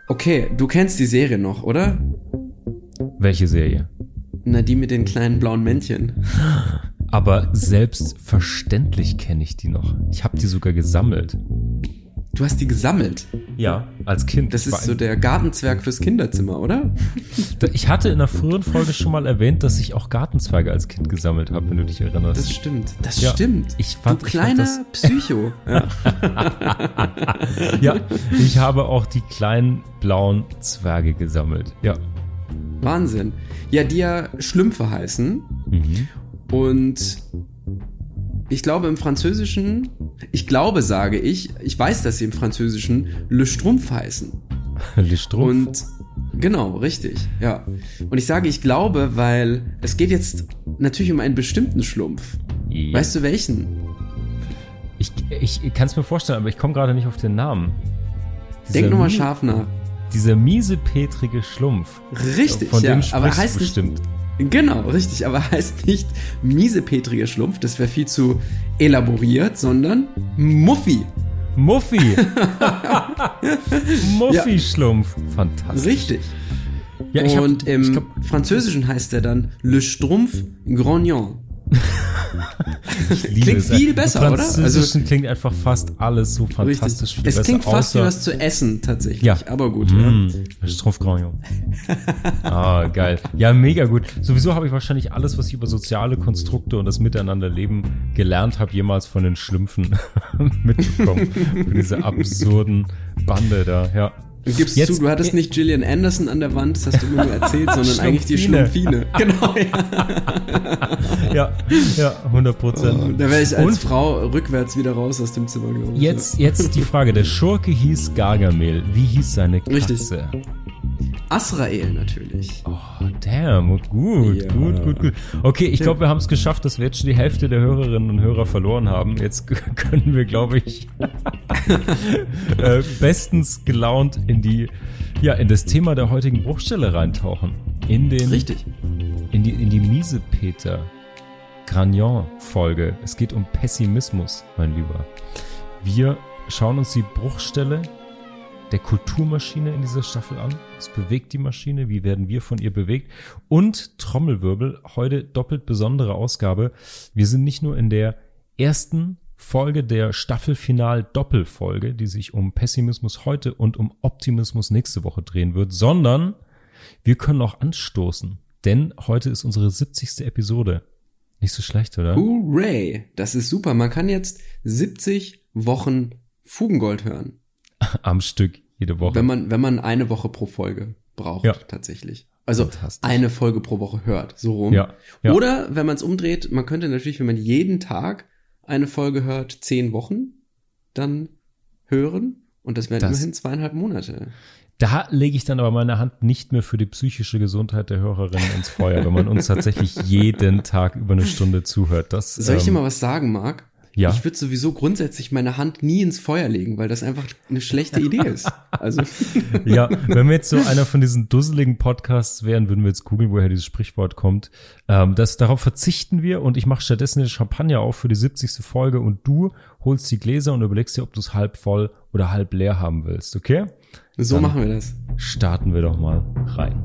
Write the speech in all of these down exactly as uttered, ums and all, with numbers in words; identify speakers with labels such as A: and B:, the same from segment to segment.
A: Okay, du kennst die Serie noch, oder?
B: Welche Serie?
A: Na, die mit den kleinen blauen Männchen.
B: Aber selbstverständlich kenne ich die noch. Ich habe die sogar gesammelt.
A: Du hast die gesammelt?
B: Ja, als Kind.
A: Das ist so der Gartenzwerg fürs Kinderzimmer, oder?
B: Ich hatte in einer früheren Folge schon mal erwähnt, dass ich auch Gartenzwerge als Kind gesammelt habe, wenn du dich erinnerst.
A: Das stimmt, das
B: ja,
A: stimmt.
B: Ich fand,
A: du kleiner
B: ich fand das
A: Psycho. Ja.
B: Ja, ich habe auch die kleinen blauen Zwerge gesammelt. Ja.
A: Wahnsinn. Ja, die ja Schlümpfe heißen.
B: Mhm.
A: Und ich glaube im Französischen, ich glaube, sage ich, ich weiß, dass sie im Französischen Le Strumpf heißen.
B: Le Strumpf?
A: Und genau, richtig, ja. Und ich sage, ich glaube, weil es geht jetzt natürlich um einen bestimmten Schlumpf.
B: Ja.
A: Weißt du welchen?
B: Ich, ich kann es mir vorstellen, aber ich komme gerade nicht auf den Namen. Dieser
A: Denk nochmal
B: mie-
A: scharf nach.
B: Dieser miesepetrige Schlumpf.
A: Richtig,
B: Von
A: ja,
B: dem
A: aber
B: sprichst
A: heißt
B: du
A: nicht,
B: bestimmt.
A: genau, richtig, aber heißt nicht miesepetriger Schlumpf, das wäre viel zu elaboriert, sondern Muffi.
B: Muffi. Muffi-Schlumpf. Fantastisch.
A: Richtig.
B: Ja, ich hab,
A: Und im
B: ich glaub,
A: Französischen heißt er dann Le Strumpf Grognon.
B: ich liebe
A: Klingt
B: es.
A: viel besser,
B: Im
A: oder?
B: Französischen klingt einfach fast alles so fantastisch.
A: Richtig.
B: Viel
A: Es
B: besser,
A: klingt fast wie
B: außer-
A: was zu essen, tatsächlich.
B: Ja.
A: Aber gut.
B: Mm, Strumpfgrognon. Ah, geil. Ja, mega gut. Sowieso habe ich wahrscheinlich alles, was ich über soziale Konstrukte und das Miteinanderleben gelernt habe, jemals von den Schlümpfen mitbekommen. Von dieser absurden Bande da, ja.
A: Du gibst
B: Jetzt-
A: zu, du hattest nicht Gillian Anderson an der Wand, das hast du immer nur erzählt, sondern eigentlich die
B: Schlumpfine.
A: Schlumpfine. Genau, ja.
B: Ja, ja, hundert Prozent.
A: Oh, da wäre ich als
B: Und
A: Frau rückwärts wieder raus aus dem Zimmer, glaube ich.
B: jetzt, jetzt die Frage, der Schurke hieß Gargamel. Wie hieß seine Katze?
A: Richtig. Asrael natürlich.
B: Oh, damn, gut,
A: Ja.
B: gut, gut, gut. Okay, ich glaube, wir haben es geschafft, dass wir jetzt schon die Hälfte der Hörerinnen und Hörer verloren haben. Jetzt k- können wir, glaube ich, äh, bestens gelaunt in die, ja, in das Thema der heutigen Bruchstelle reintauchen. In den,
A: Richtig.
B: in die, in die Miesepeter Gragnon-Folge. Es geht um Pessimismus, mein Lieber. Wir schauen uns die Bruchstelle der Kulturmaschine in dieser Staffel an. Es bewegt die Maschine. Wie werden wir von ihr bewegt? Und Trommelwirbel, heute doppelt besondere Ausgabe. Wir sind nicht nur in der ersten Folge der Staffelfinal-Doppelfolge, die sich um Pessimismus heute und um Optimismus nächste Woche drehen wird, sondern wir können auch anstoßen. Denn heute ist unsere siebzigste Episode. Nicht so schlecht, oder?
A: Hooray! Das ist super. Man kann jetzt siebzig Wochen Fugengold hören.
B: Am Stück, jede Woche.
A: Wenn man, wenn man eine Woche pro Folge braucht,
B: Ja.
A: tatsächlich. Also
B: Fantastisch.
A: eine Folge pro Woche hört, so rum.
B: Ja, ja.
A: Oder wenn man es umdreht, man könnte natürlich, wenn man jeden Tag eine Folge hört, zehn Wochen dann hören. Und das wären
B: Das-
A: immerhin zweieinhalb Monate.
B: Da lege ich dann aber meine Hand nicht mehr für die psychische Gesundheit der Hörerinnen ins Feuer, wenn man uns tatsächlich jeden Tag über eine Stunde zuhört. Das,
A: Soll ich dir
B: ähm,
A: mal was sagen, Marc?
B: Ja.
A: Ich würde sowieso grundsätzlich meine Hand nie ins Feuer legen, weil das einfach eine schlechte Idee ist. Also
B: Ja, wenn wir jetzt so einer von diesen dusseligen Podcasts wären, würden wir jetzt googeln, woher dieses Sprichwort kommt. Ähm, das, darauf verzichten wir und ich mache stattdessen den Champagner auf für die siebzigste Folge und du holst die Gläser und überlegst dir, ob du es halb voll oder halb leer haben willst, okay?
A: so
B: Dann
A: machen wir das.
B: Starten wir doch mal rein.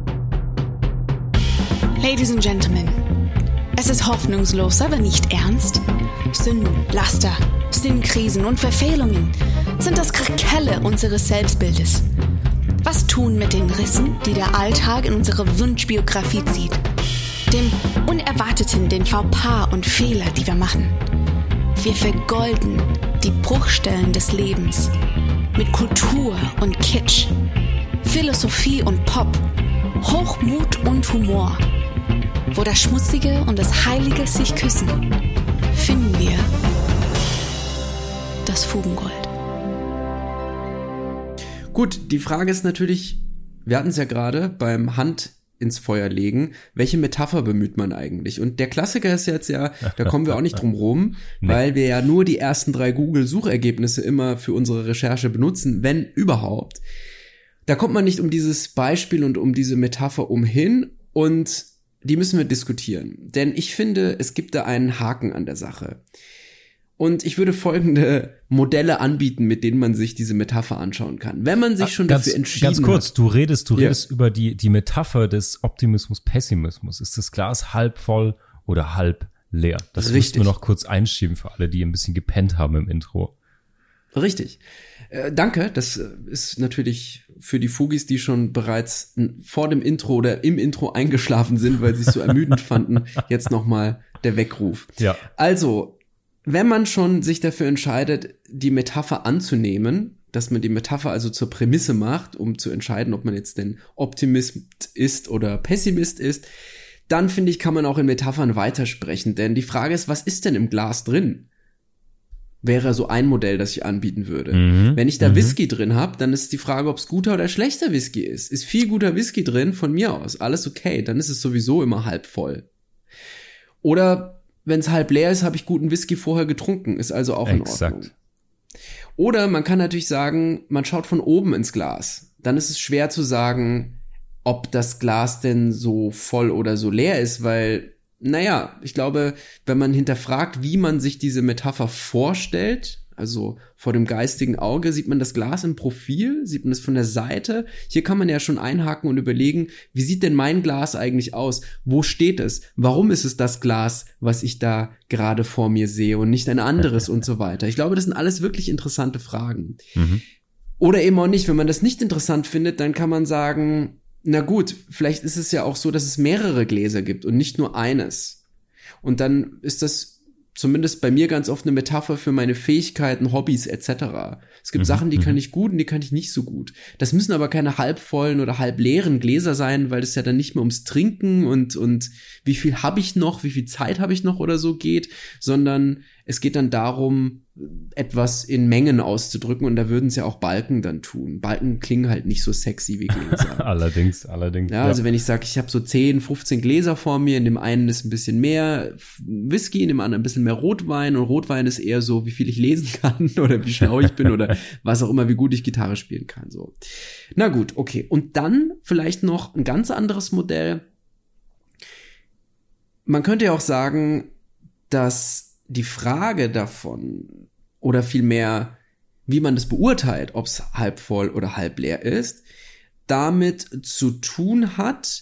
C: Ladies and Gentlemen, es ist hoffnungslos, aber nicht ernst. Sünden, Laster, Sinnkrisen und Verfehlungen sind das Krakelle unseres Selbstbildes. Was tun mit den Rissen, die der Alltag in unsere Wunschbiografie zieht? Dem Unerwarteten, den Fauxpas und Fehler, die wir machen. Wir vergolden die Bruchstellen des Lebens mit Kultur und Kitsch, Philosophie und Pop, Hochmut und Humor. Wo das Schmutzige und das Heilige sich küssen, finden wir das Fugengold.
A: Gut, die Frage ist natürlich, wir hatten es ja gerade beim Hand ins Feuer legen, welche Metapher bemüht man eigentlich? Und der Klassiker ist jetzt ja, da kommen wir auch nicht drum rum,
B: Nee.
A: weil wir ja nur die ersten drei Google-Suchergebnisse immer für unsere Recherche benutzen, wenn überhaupt. Da kommt man nicht um dieses Beispiel und um diese Metapher umhin und die müssen wir diskutieren. Denn ich finde, es gibt da einen Haken an der Sache. Und ich würde folgende Modelle anbieten, mit denen man sich diese Metapher anschauen kann. Wenn man sich schon
B: ganz,
A: dafür entschieden hat.
B: Ganz kurz,
A: hat,
B: du redest, du
A: ja.
B: redest über die, die Metapher des Optimismus, Pessimismus. Ist das Glas halb voll oder halb leer? Das müssen wir noch kurz einschieben für alle, die ein bisschen gepennt haben im Intro.
A: Richtig. Äh, danke, das ist natürlich für die Fugis, die schon bereits vor dem Intro oder im Intro eingeschlafen sind, weil sie es so ermüdend fanden, jetzt nochmal der Weckruf.
B: Ja.
A: Also, wenn man schon sich dafür entscheidet, die Metapher anzunehmen, dass man die Metapher also zur Prämisse macht, um zu entscheiden, ob man jetzt denn Optimist ist oder Pessimist ist, dann finde ich, kann man auch in Metaphern weitersprechen, denn die Frage ist, was ist denn im Glas drin? Wäre so ein Modell, das ich anbieten würde. Mhm. Wenn ich da mhm. Whisky drin habe, dann ist die Frage, ob es guter oder schlechter Whisky ist. Ist viel guter Whisky drin, von mir aus, alles okay, dann ist es sowieso immer halb voll. Oder wenn es halb leer ist, habe ich guten Whisky vorher getrunken, ist also auch in
B: Exakt.
A: Ordnung. Oder man kann natürlich sagen, man schaut von oben ins Glas. Dann ist es schwer zu sagen, ob das Glas denn so voll oder so leer ist, weil naja, ich glaube, wenn man hinterfragt, wie man sich diese Metapher vorstellt, also vor dem geistigen Auge, sieht man das Glas im Profil, sieht man es von der Seite. Hier kann man ja schon einhaken und überlegen, wie sieht denn mein Glas eigentlich aus? Wo steht es? Warum ist es das Glas, was ich da gerade vor mir sehe und nicht ein anderes und so weiter? Ich glaube, das sind alles wirklich interessante Fragen. Mhm. Oder eben auch nicht. Wenn man das nicht interessant findet, dann kann man sagen, na gut, vielleicht ist es ja auch so, dass es mehrere Gläser gibt und nicht nur eines. Und dann ist das zumindest bei mir ganz oft eine Metapher für meine Fähigkeiten, Hobbys et cetera. Es gibt mhm, Sachen, die kann ich gut und die kann ich nicht so gut. Das müssen aber keine halbvollen oder halbleeren Gläser sein, weil es ja dann nicht mehr ums Trinken und und wie viel habe ich noch, wie viel Zeit habe ich noch oder so geht, sondern es geht dann darum, etwas in Mengen auszudrücken und da würden es ja auch Balken dann tun. Balken klingen halt nicht so sexy wie Gläser.
B: allerdings, allerdings.
A: Ja, also ja. wenn ich sage, ich habe so zehn, fünfzehn Gläser vor mir, in dem einen ist ein bisschen mehr Whisky, in dem anderen ein bisschen mehr Rotwein und Rotwein ist eher so, wie viel ich lesen kann oder wie schlau ich bin oder was auch immer, wie gut ich Gitarre spielen kann. So. Na gut, okay. Und dann vielleicht noch ein ganz anderes Modell. Man könnte ja auch sagen, dass die Frage davon oder vielmehr, wie man das beurteilt, ob es halb voll oder halb leer ist, damit zu tun hat,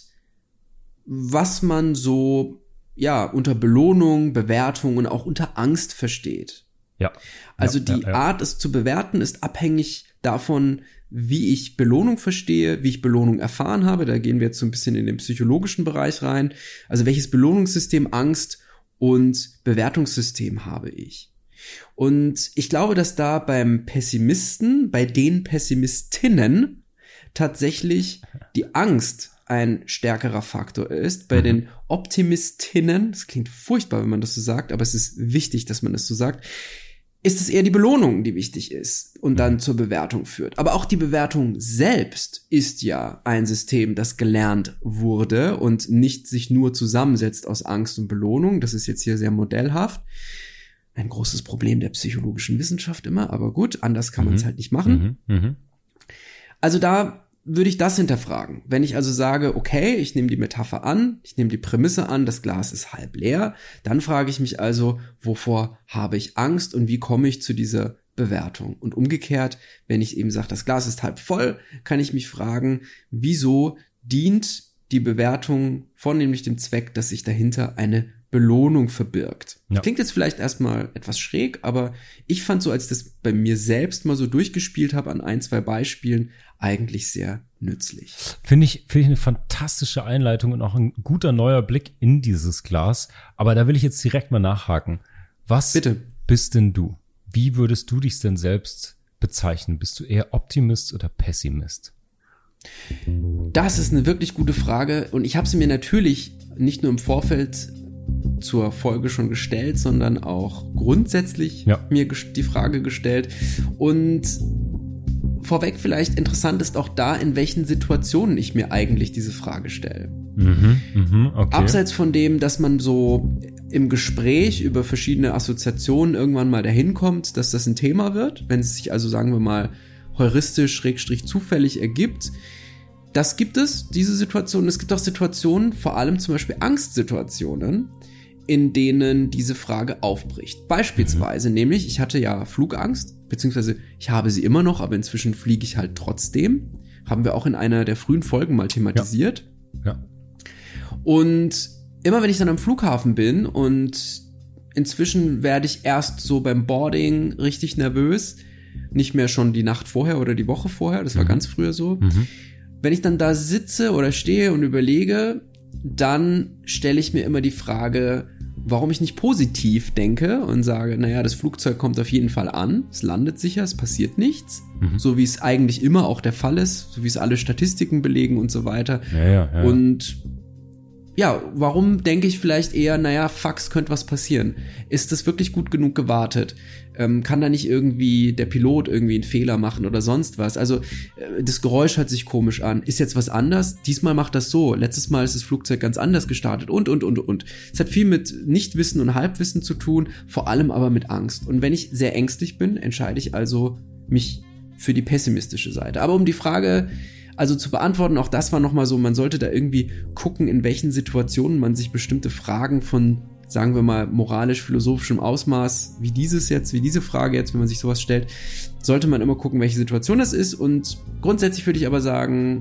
A: was man so ja unter Belohnung, Bewertung und auch unter Angst versteht.
B: Ja.
A: Also
B: ja,
A: die
B: ja, ja.
A: Art, es zu bewerten, ist abhängig davon, wie ich Belohnung verstehe, wie ich Belohnung erfahren habe. Da gehen wir jetzt so ein bisschen in den psychologischen Bereich rein. Also welches Belohnungssystem, Angst und Bewertungssystem habe ich. Und ich glaube, dass da beim Pessimisten, bei den Pessimistinnen tatsächlich die Angst ein stärkerer Faktor ist. Bei mhm. den Optimistinnen, das klingt furchtbar, wenn man das so sagt, aber es ist wichtig, dass man das so sagt, ist es eher die Belohnung, die wichtig ist und dann zur Bewertung führt. Aber auch die Bewertung selbst ist ja ein System, das gelernt wurde und nicht sich nur zusammensetzt aus Angst und Belohnung. Das ist jetzt hier sehr modellhaft. Ein großes Problem der psychologischen Wissenschaft immer, aber gut, anders kann mhm. man es halt nicht machen.
B: Mhm. Mhm.
A: Also da würde ich das hinterfragen. Wenn ich also sage, okay, ich nehme die Metapher an, ich nehme die Prämisse an, das Glas ist halb leer, dann frage ich mich also, wovor habe ich Angst und wie komme ich zu dieser Bewertung? Und umgekehrt, wenn ich eben sage, das Glas ist halb voll, kann ich mich fragen, wieso dient die Bewertung vornehmlich dem Zweck, dass sich dahinter eine Belohnung verbirgt. Ja. Klingt jetzt vielleicht erstmal etwas schräg, aber ich fand so, als ich das bei mir selbst mal so durchgespielt habe an ein, zwei Beispielen, eigentlich sehr nützlich.
B: Finde ich, finde ich eine fantastische Einleitung und auch ein guter neuer Blick in dieses Glas. Aber da will ich jetzt direkt mal nachhaken. Was
A: Bitte.
B: bist denn du? Wie würdest du dich denn selbst bezeichnen? Bist du eher Optimist oder Pessimist?
A: Das ist eine wirklich gute Frage und ich habe sie mir natürlich nicht nur im Vorfeld zur Folge schon gestellt, sondern auch grundsätzlich ja. mir die Frage gestellt. Und vorweg vielleicht interessant ist auch da, in welchen Situationen ich mir eigentlich diese Frage stelle.
B: Mhm, mh, okay.
A: Abseits von dem, dass man so im Gespräch über verschiedene Assoziationen irgendwann mal dahin kommt, dass das ein Thema wird, wenn es sich also, sagen wir mal, heuristisch, schrägstrich zufällig ergibt. Das gibt es, diese Situationen. Es gibt auch Situationen, vor allem zum Beispiel Angstsituationen, in denen diese Frage aufbricht. Beispielsweise, mhm. nämlich, ich hatte ja Flugangst, beziehungsweise ich habe sie immer noch, aber inzwischen fliege ich halt trotzdem. Haben wir auch in einer der frühen Folgen mal thematisiert.
B: Ja. ja.
A: Und immer wenn ich dann am Flughafen bin und inzwischen werde ich erst so beim Boarding richtig nervös, nicht mehr schon die Nacht vorher oder die Woche vorher, das war mhm. ganz früher so. Mhm. Wenn ich dann da sitze oder stehe und überlege, dann stelle ich mir immer die Frage, warum ich nicht positiv denke und sage, naja, das Flugzeug kommt auf jeden Fall an, es landet sicher, es passiert nichts, mhm. so wie es eigentlich immer auch der Fall ist, so wie es alle Statistiken belegen und so weiter.
B: Ja, ja, ja.
A: Und ja, warum denke ich vielleicht eher, naja, fuck, es könnte was passieren? Ist das wirklich gut genug gewartet? Ähm, kann da nicht irgendwie der Pilot irgendwie einen Fehler machen oder sonst was? Also äh, das Geräusch hört sich komisch an. Ist jetzt was anders? Diesmal macht das so. Letztes Mal ist das Flugzeug ganz anders gestartet und, und, und, und. Es hat viel mit Nichtwissen und Halbwissen zu tun, vor allem aber mit Angst. Und wenn ich sehr ängstlich bin, entscheide ich also mich für die pessimistische Seite. Aber um die Frage also zu beantworten, auch das war nochmal so, man sollte da irgendwie gucken, in welchen Situationen man sich bestimmte Fragen von, sagen wir mal, moralisch-philosophischem Ausmaß, wie dieses jetzt, wie diese Frage jetzt, wenn man sich sowas stellt, sollte man immer gucken, welche Situation das ist. Und grundsätzlich würde ich aber sagen,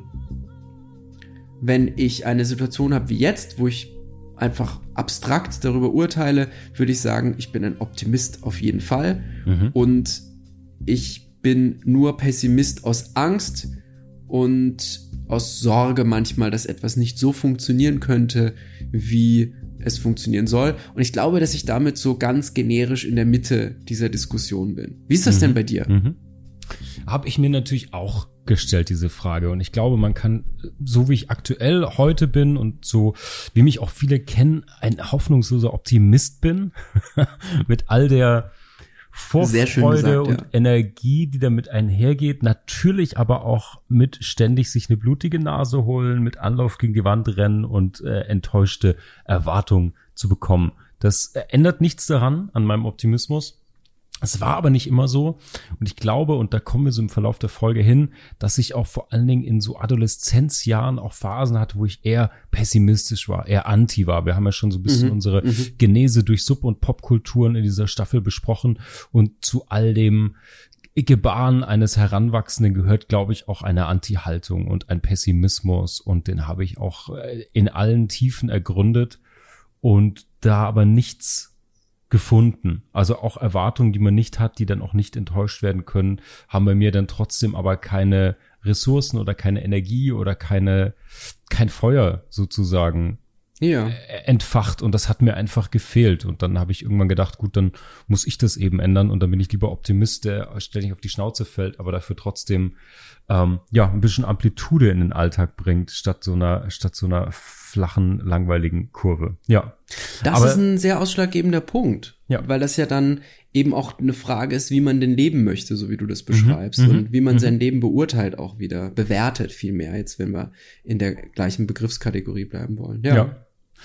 A: wenn ich eine Situation habe wie jetzt, wo ich einfach abstrakt darüber urteile, würde ich sagen, ich bin ein Optimist auf jeden Fall. Mhm. Und ich bin nur Pessimist aus Angst und aus Sorge manchmal, dass etwas nicht so funktionieren könnte, wie es funktionieren soll. Und ich glaube, dass ich damit so ganz generisch in der Mitte dieser Diskussion bin. Wie ist das mhm. denn bei dir?
B: Mhm. Habe ich mir natürlich auch gestellt, diese Frage. Und ich glaube, man kann, so wie ich aktuell heute bin und so wie mich auch viele kennen, ein hoffnungsloser Optimist bin. Mit all der Vorfreude gesagt, und ja. Energie, die damit einhergeht, natürlich aber auch mit ständig sich eine blutige Nase holen, mit Anlauf gegen die Wand rennen und äh, enttäuschte Erwartungen zu bekommen. Das äh, ändert nichts daran, an meinem Optimismus. Es war aber nicht immer so und ich glaube, und da kommen wir so im Verlauf der Folge hin, dass ich auch vor allen Dingen in so Adoleszenzjahren auch Phasen hatte, wo ich eher pessimistisch war, eher anti war. Wir haben ja schon so ein bisschen mhm. unsere mhm. Genese durch Sub- und Popkulturen in dieser Staffel besprochen und zu all dem Gebaren eines Heranwachsenden gehört, glaube ich, auch eine Anti-Haltung und ein Pessimismus und den habe ich auch in allen Tiefen ergründet und da aber nichts gefunden. Also auch Erwartungen, die man nicht hat, die dann auch nicht enttäuscht werden können, haben bei mir dann trotzdem aber keine Ressourcen oder keine Energie oder keine kein Feuer sozusagen
A: ja.
B: entfacht und das hat mir einfach gefehlt und dann habe ich irgendwann gedacht, gut, dann muss ich das eben ändern und dann bin ich lieber Optimist, der ständig auf die Schnauze fällt, aber dafür trotzdem ähm, ja ein bisschen Amplitude in den Alltag bringt, statt so einer statt so einer flachen, langweiligen Kurve. Ja.
A: Das aber, ist ein sehr ausschlaggebender Punkt, ja. weil das ja dann eben auch eine Frage ist, wie man denn leben möchte, so wie du das beschreibst mhm, und wie man mhm. sein Leben beurteilt auch wieder, bewertet vielmehr, jetzt wenn wir in der gleichen Begriffskategorie bleiben wollen. Ja. ja.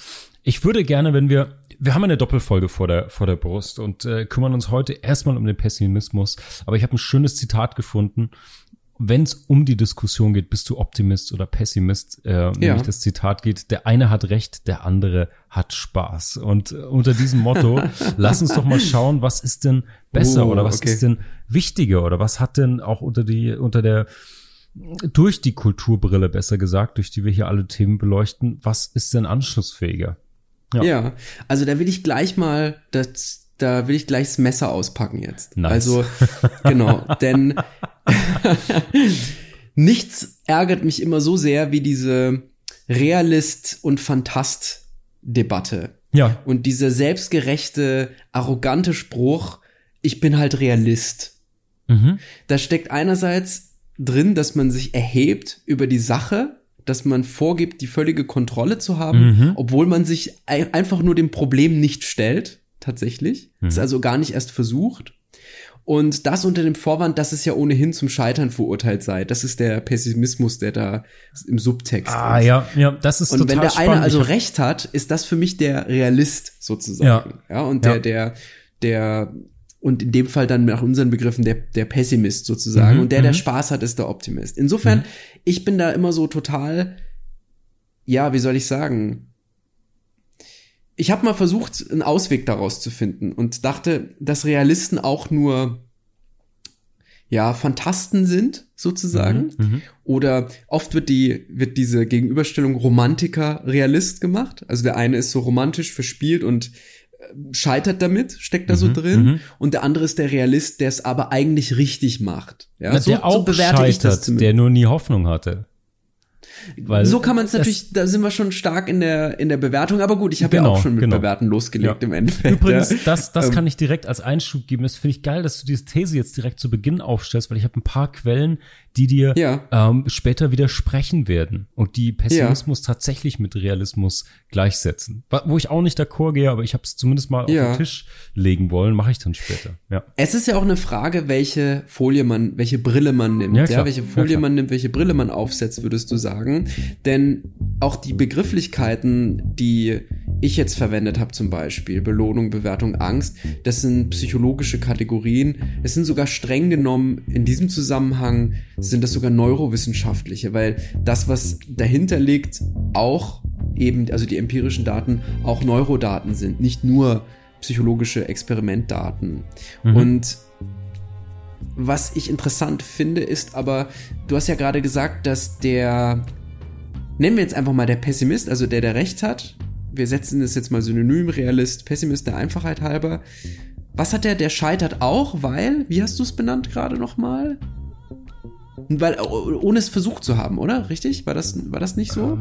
B: Ich würde gerne, wenn wir, wir haben eine Doppelfolge vor der vor der Brust und äh, kümmern uns heute erstmal um den Pessimismus, aber ich habe ein schönes Zitat gefunden. Wenn es um die Diskussion geht, bist du Optimist oder Pessimist, äh, ja. nämlich das Zitat geht, der eine hat Recht, der andere hat Spaß. Und äh, unter diesem Motto, lass uns doch mal schauen, was ist denn besser oh, oder was okay. ist denn wichtiger oder was hat denn auch unter die unter der durch die Kulturbrille, besser gesagt, durch die wir hier alle Themen beleuchten, was ist denn anschlussfähiger?
A: Ja, ja, also da will ich gleich mal das, da will ich gleich das Messer auspacken jetzt.
B: Nice.
A: Also, genau, denn nichts ärgert mich immer so sehr wie diese Realist- und Fantast-Debatte.
B: Ja.
A: Und dieser selbstgerechte, arrogante Spruch, ich bin halt Realist. Mhm. Da steckt einerseits drin, dass man sich erhebt über die Sache, dass man vorgibt, die völlige Kontrolle zu haben, mhm. obwohl man sich ein- einfach nur dem Problem nicht stellt, tatsächlich. Mhm. Ist also gar nicht erst versucht. Und das unter dem Vorwand, dass es ja ohnehin zum Scheitern verurteilt sei. Das ist der Pessimismus, der da im Subtext
B: ah, ist. Ah ja, ja, das ist
A: und
B: total
A: wenn der
B: spannend.
A: eine also recht hat, ist das für mich der Realist sozusagen. Ja, ja und der, ja. der, der, und in dem Fall dann nach unseren Begriffen der, der Pessimist sozusagen. Mhm, und der, der Spaß hat, ist der Optimist. Insofern, mhm. ich bin da immer so total, ja, wie soll ich sagen? ich habe mal versucht, einen Ausweg daraus zu finden und dachte, dass Realisten auch nur ja, Phantasten sind, sozusagen. Mhm, oder oft wird die, wird diese Gegenüberstellung Romantiker, Realist gemacht. Also der eine ist so romantisch verspielt und scheitert damit, steckt da mhm, so drin. Mhm. Und der andere ist der Realist, der es aber eigentlich richtig macht. Ja,
B: Na,
A: so,
B: der auch
A: so bewerte
B: scheitert,
A: ich das zumindest.
B: Der nur nie Hoffnung hatte. Weil
A: so kann man es natürlich, da sind wir schon stark in der in der Bewertung, aber gut, ich habe
B: genau,
A: ja auch schon mit
B: genau.
A: Bewerten losgelegt
B: ja.
A: im Endeffekt.
B: Übrigens,
A: ja.
B: das, das
A: ähm,
B: kann ich direkt als Einschub geben. Das finde ich geil, dass du diese These jetzt direkt zu Beginn aufstellst, weil ich habe ein paar Quellen, die dir
A: ja.
B: ähm, später widersprechen werden und die Pessimismus ja. tatsächlich mit Realismus gleichsetzen. Wo ich auch nicht d'accord gehe, aber ich habe es zumindest mal
A: ja.
B: auf den Tisch legen wollen, mache ich dann später. Ja.
A: Es ist ja auch eine Frage, welche Folie man, welche Brille man nimmt,
B: ja,
A: ja, welche Folie
B: ja,
A: man nimmt, welche Brille man aufsetzt, würdest du sagen? Denn auch die Begrifflichkeiten, die ich jetzt verwendet habe, zum Beispiel Belohnung, Bewertung, Angst, das sind psychologische Kategorien. Es sind sogar streng genommen in diesem Zusammenhang sind das sogar neurowissenschaftliche, weil das, was dahinter liegt, auch eben, also die empirischen Daten, auch Neurodaten sind, nicht nur psychologische Experimentdaten. Mhm. Und was ich interessant finde, ist aber, du hast ja gerade gesagt, dass der, nennen wir jetzt einfach mal der Pessimist, also der, der Recht hat, wir setzen das jetzt mal synonym, Realist, Pessimist der Einfachheit halber. Was hat der, der scheitert auch, weil, wie hast du es benannt gerade nochmal? Weil, ohne es versucht zu haben, oder? Richtig? War das, war das nicht so?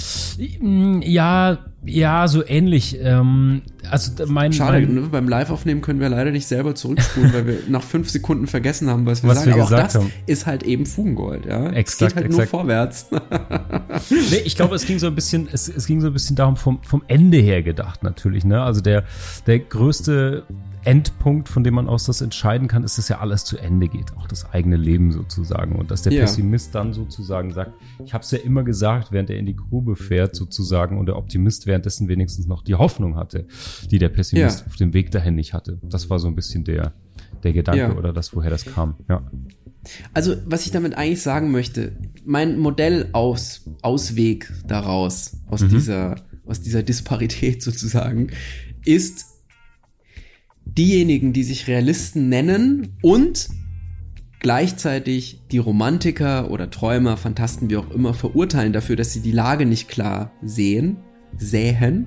B: Ähm, ja, ja, so ähnlich. Ähm, also mein,
A: Schade,
B: mein,
A: ne? Beim Live-Aufnehmen können wir leider nicht selber zurückspulen, weil wir nach fünf Sekunden vergessen haben, was wir
B: was
A: sagen.
B: Wir
A: Aber
B: gesagt
A: auch das
B: haben.
A: ist halt eben Fugengold, ja.
B: Exakt,
A: es geht halt
B: exakt.
A: nur vorwärts.
B: Nee, ich glaube, es ging so ein bisschen, es, es ging so ein bisschen darum, vom, vom Ende her gedacht natürlich, ne? Also der, der größte Endpunkt, von dem man aus das entscheiden kann, ist, dass ja alles zu Ende geht, auch das eigene Leben sozusagen. Und dass der
A: ja.
B: Pessimist dann sozusagen sagt, ich habe es ja immer gesagt, während er in die Grube fährt sozusagen und der Optimist währenddessen wenigstens noch die Hoffnung hatte, die der Pessimist
A: ja.
B: auf dem Weg dahin nicht hatte. Das war so ein bisschen der, der Gedanke
A: ja.
B: oder das, woher das kam. Ja.
A: Also, was ich damit eigentlich sagen möchte, mein Modell aus, Ausweg daraus, aus mhm. dieser, aus dieser Disparität sozusagen, ist, diejenigen, die sich Realisten nennen und gleichzeitig die Romantiker oder Träumer, Phantasten, wie auch immer, verurteilen dafür, dass sie die Lage nicht klar sehen, sähen,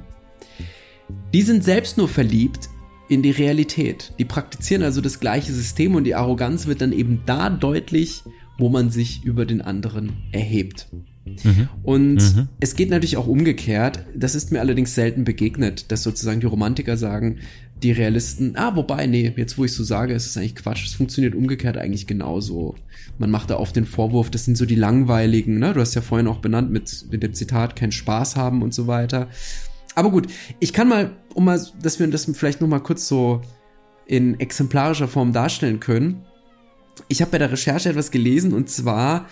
A: die sind selbst nur verliebt in die Realität. Die praktizieren also das gleiche System und die Arroganz wird dann eben da deutlich, wo man sich über den anderen erhebt. Mhm. Und mhm. es geht natürlich auch umgekehrt. Das ist mir allerdings selten begegnet, dass sozusagen die Romantiker sagen, die Realisten, ah, wobei, nee, jetzt wo ich so sage, ist es eigentlich Quatsch. Es funktioniert umgekehrt eigentlich genauso. Man macht da oft den Vorwurf, das sind so die Langweiligen, ne? Du hast ja vorhin auch benannt mit, mit dem Zitat, keinen Spaß haben und so weiter. Aber gut, ich kann mal, um mal, dass wir das vielleicht noch mal kurz so in exemplarischer Form darstellen können. Ich habe bei der Recherche etwas gelesen und zwar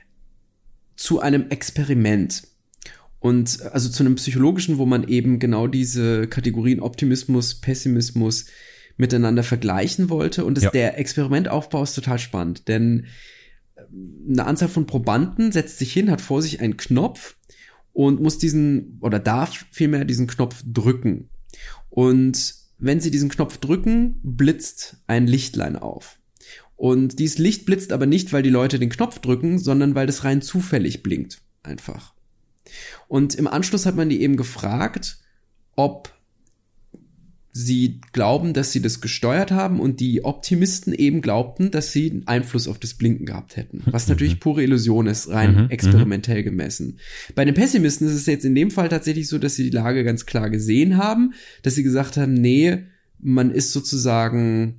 A: zu einem Experiment. Und also zu einem psychologischen, wo man eben genau diese Kategorien Optimismus, Pessimismus miteinander vergleichen wollte. Und das, ja. der Experimentaufbau ist total spannend, denn eine Anzahl von Probanden setzt sich hin, hat vor sich einen Knopf und muss diesen, oder darf vielmehr diesen Knopf drücken. Und wenn sie diesen Knopf drücken, blitzt ein Lichtlein auf. Und dieses Licht blitzt aber nicht, weil die Leute den Knopf drücken, sondern weil das rein zufällig blinkt. Einfach. Und im Anschluss hat man die eben gefragt, ob sie glauben, dass sie das gesteuert haben, und die Optimisten eben glaubten, dass sie einen Einfluss auf das Blinken gehabt hätten. Was natürlich pure Illusion ist, rein experimentell gemessen. Bei den Pessimisten ist es jetzt in dem Fall tatsächlich so, dass sie die Lage ganz klar gesehen haben, dass sie gesagt haben, nee, man ist sozusagen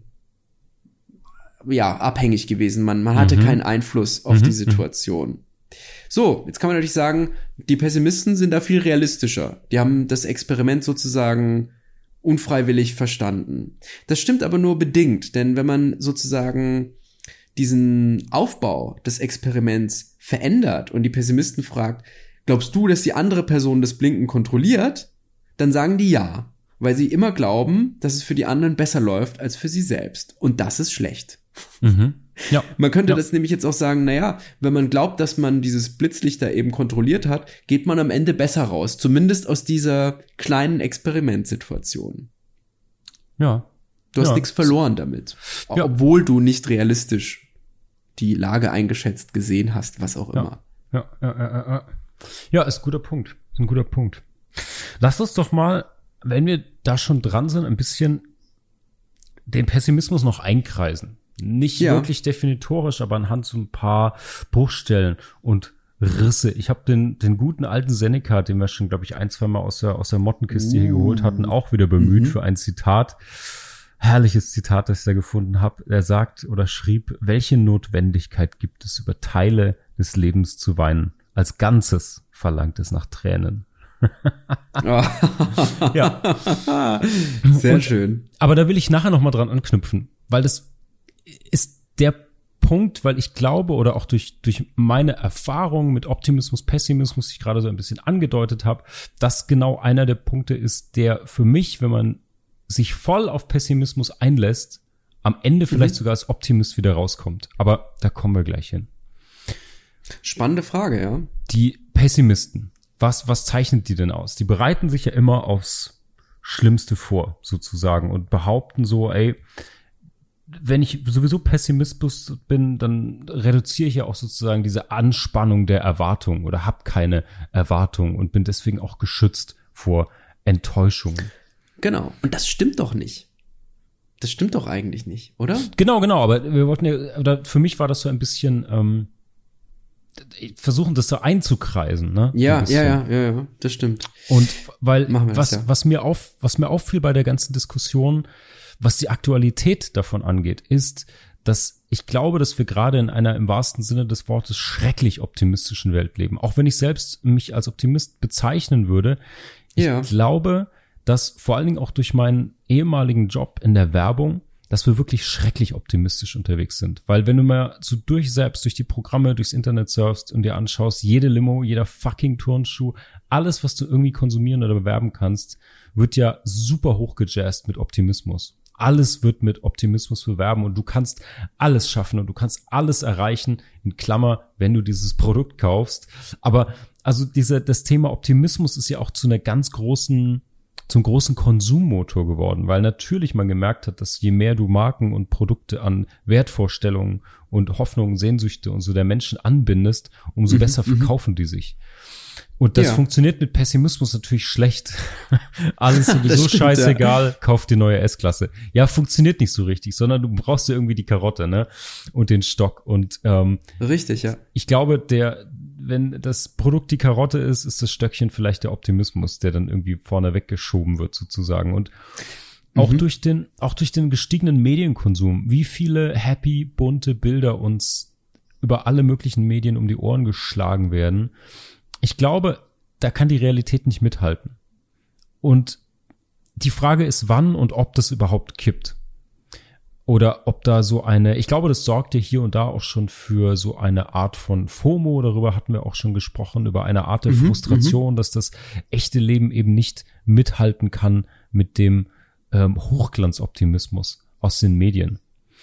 A: ja abhängig gewesen, man, man hatte mhm. keinen Einfluss auf mhm. die Situation. So, jetzt kann man natürlich sagen, die Pessimisten sind da viel realistischer. Die haben das Experiment sozusagen unfreiwillig verstanden. Das stimmt aber nur bedingt, denn wenn man sozusagen diesen Aufbau des Experiments verändert und die Pessimisten fragt, glaubst du, dass die andere Person das Blinken kontrolliert? Dann sagen die ja, weil sie immer glauben, dass es für die anderen besser läuft als für sie selbst. Und das ist schlecht.
B: Mhm. Ja.
A: Man könnte
B: ja.
A: das nämlich jetzt auch sagen, naja, wenn man glaubt, dass man dieses Blitzlicht da eben kontrolliert hat, geht man am Ende besser raus. Zumindest aus dieser kleinen Experimentsituation.
B: Ja.
A: Du hast
B: ja.
A: nichts verloren damit.
B: Ja.
A: Obwohl du nicht realistisch die Lage eingeschätzt gesehen hast, was auch immer.
B: Ja, ja, ja, ja, ja. Ja, ist ein guter Punkt. Ist ein guter Punkt. Lass uns doch mal, wenn wir da schon dran sind, ein bisschen den Pessimismus noch einkreisen. Nicht
A: ja.
B: wirklich definitorisch, aber anhand so ein paar Bruchstellen und Risse. Ich habe den den guten alten Seneca, den wir schon, glaube ich, ein, zwei Mal aus der aus der Mottenkiste uh. hier geholt hatten, auch wieder bemüht mhm. für ein Zitat. Herrliches Zitat, das ich da gefunden habe. Er sagt oder schrieb, welche Notwendigkeit gibt es, über Teile des Lebens zu weinen? Als Ganzes verlangt es nach Tränen.
A: Ja. Sehr und, schön.
B: Aber da will ich nachher noch mal dran anknüpfen, weil das ist der Punkt, weil ich glaube oder auch durch durch meine Erfahrung mit Optimismus, Pessimismus, die ich gerade so ein bisschen angedeutet habe, dass genau einer der Punkte ist, der für mich, wenn man sich voll auf Pessimismus einlässt, am Ende vielleicht mhm. sogar als Optimist wieder rauskommt. Aber da kommen wir gleich hin.
A: Spannende Frage, ja.
B: Die Pessimisten, was was zeichnet die denn aus? Die bereiten sich ja immer aufs Schlimmste vor, sozusagen, und behaupten so, ey, wenn ich sowieso Pessimismus bin, dann reduziere ich ja auch sozusagen diese Anspannung der Erwartung oder habe keine Erwartung und bin deswegen auch geschützt vor Enttäuschungen.
A: Genau. Und das stimmt doch nicht. Das stimmt doch eigentlich nicht, oder?
B: Genau, genau. Aber wir wollten ja, oder für mich war das so ein bisschen ähm, versuchen, das so einzukreisen, ne?
A: Ja, ja, ja, ja, ja, das stimmt.
B: Und weil was
A: das, ja.
B: was mir auf was mir auffiel bei der ganzen Diskussion, was die Aktualität davon angeht, ist, dass ich glaube, dass wir gerade in einer im wahrsten Sinne des Wortes schrecklich optimistischen Welt leben. Auch wenn ich selbst mich als Optimist bezeichnen würde, ich
A: ja.
B: glaube, dass vor allen Dingen auch durch meinen ehemaligen Job in der Werbung, dass wir wirklich schrecklich optimistisch unterwegs sind. Weil wenn du mal so durch selbst, durch die Programme, durchs Internet surfst und dir anschaust, jede Limo, jeder fucking Turnschuh, alles, was du irgendwie konsumieren oder bewerben kannst, wird ja super hochgejazzt mit Optimismus. Alles wird mit Optimismus bewerben und du kannst alles schaffen und du kannst alles erreichen, in Klammer, wenn du dieses Produkt kaufst. Aber also diese, das Thema Optimismus ist ja auch zu einer ganz großen zum großen Konsummotor geworden, weil natürlich man gemerkt hat, dass je mehr du Marken und Produkte an Wertvorstellungen und Hoffnungen, Sehnsüchte und so der Menschen anbindest, umso mhm, besser verkaufen die sich. Und das ja. funktioniert mit Pessimismus natürlich schlecht. Alles sowieso stimmt, scheißegal, ja. Kauf die neue S-Klasse. Ja, funktioniert nicht so richtig, sondern du brauchst ja irgendwie die Karotte, ne? Und den Stock. Und ähm,
A: richtig, ja.
B: Ich glaube, der wenn das Produkt die Karotte ist, ist das Stöckchen vielleicht der Optimismus, der dann irgendwie vorne weggeschoben wird sozusagen. Und auch mhm. durch den, auch durch den gestiegenen Medienkonsum, wie viele happy, bunte Bilder uns über alle möglichen Medien um die Ohren geschlagen werden. Ich glaube, da kann die Realität nicht mithalten. Und die Frage ist, wann und ob das überhaupt kippt. Oder ob da so eine, ich glaube, das sorgt ja hier und da auch schon für so eine Art von FOMO, darüber hatten wir auch schon gesprochen, über eine Art der mhm, Frustration, m- dass das echte Leben eben nicht mithalten kann mit dem ähm, Hochglanzoptimismus aus den Medien.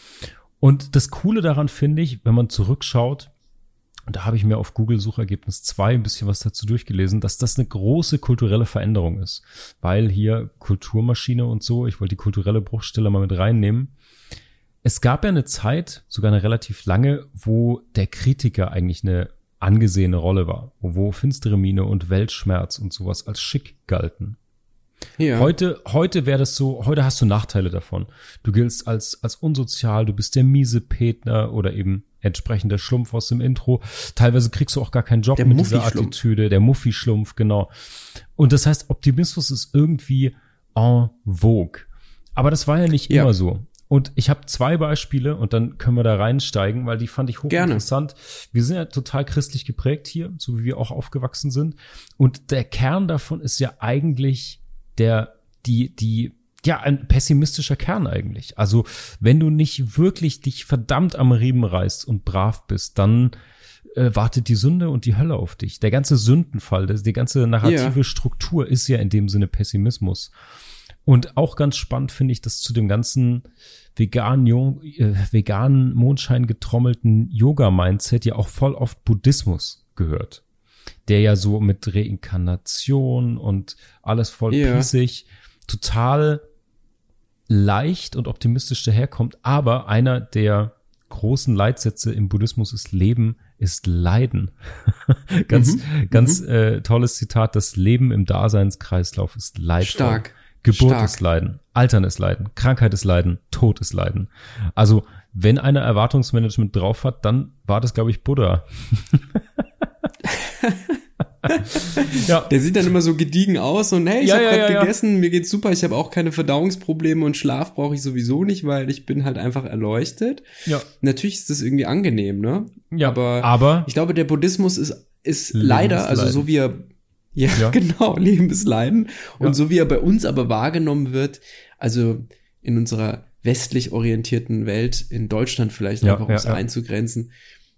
B: Und das Coole daran finde ich, wenn man zurückschaut, und da habe ich mir auf Google Suchergebnis zwei ein bisschen was dazu durchgelesen, dass das eine große kulturelle Veränderung ist. Weil hier Kulturmaschine und so, ich wollte die kulturelle Bruchstelle mal mit reinnehmen. Es gab ja eine Zeit, sogar eine relativ lange, wo der Kritiker eigentlich eine angesehene Rolle war, wo finstere Miene und Weltschmerz und sowas als schick galten. Ja. Heute, heute wäre das so, heute hast du Nachteile davon. Du giltst als, als unsozial, du bist der miese Petner oder eben entsprechend der Schlumpf aus dem Intro. Teilweise kriegst du auch gar keinen Job der mit dieser Attitüde, der Muffi-Schlumpf, genau. Und das heißt, Optimismus ist irgendwie en vogue. Aber das war ja nicht ja. immer so. Und ich habe zwei Beispiele und dann können wir da reinsteigen, weil die fand ich hochinteressant. Gerne. Wir sind ja total christlich geprägt hier, so wie wir auch aufgewachsen sind. Und der Kern davon ist ja eigentlich der, die, die, ja, ein pessimistischer Kern eigentlich. Also wenn du nicht wirklich dich verdammt am Riemen reißt und brav bist, dann äh, wartet die Sünde und die Hölle auf dich. Der ganze Sündenfall, das, die ganze narrative ja. Struktur ist ja in dem Sinne Pessimismus. Und auch ganz spannend finde ich, dass zu dem ganzen veganen, jo- äh, veganen Mondschein getrommelten Yoga-Mindset ja auch voll oft Buddhismus gehört. Der ja so mit Reinkarnation und alles voll
A: Ja.
B: pießig, total leicht und optimistisch daherkommt. Aber einer der großen Leitsätze im Buddhismus ist Leben ist Leiden. ganz,
A: Mhm.
B: ganz
A: Mhm.
B: äh, tolles Zitat. Das Leben im Daseinskreislauf ist leidvoll.
A: Stark.
B: Geburt
A: Stark.
B: ist Leiden, Altern ist Leiden, Krankheit ist Leiden, Tod ist Leiden. Also, wenn einer Erwartungsmanagement drauf hat, dann war das, glaube ich, Buddha. Ja.
A: Der sieht dann immer so gediegen aus und hey, ich
B: Ja,
A: habe
B: ja,
A: gerade
B: ja, ja.
A: gegessen, mir geht's super, ich habe auch keine Verdauungsprobleme und Schlaf brauche ich sowieso nicht, weil ich bin halt einfach erleuchtet.
B: Ja.
A: Natürlich ist das irgendwie angenehm, ne?
B: Ja,
A: aber,
B: aber
A: ich glaube, der Buddhismus ist, ist
B: Leben
A: leider,
B: ist
A: also
B: Leiden.
A: so wie er, ja,
B: Ja.
A: genau, Leben ist Leiden. Und
B: Ja.
A: so wie er bei uns aber wahrgenommen wird, also in unserer westlich orientierten Welt, in Deutschland vielleicht
B: Ja,
A: einfach, um
B: ja,
A: es
B: ja.
A: einzugrenzen,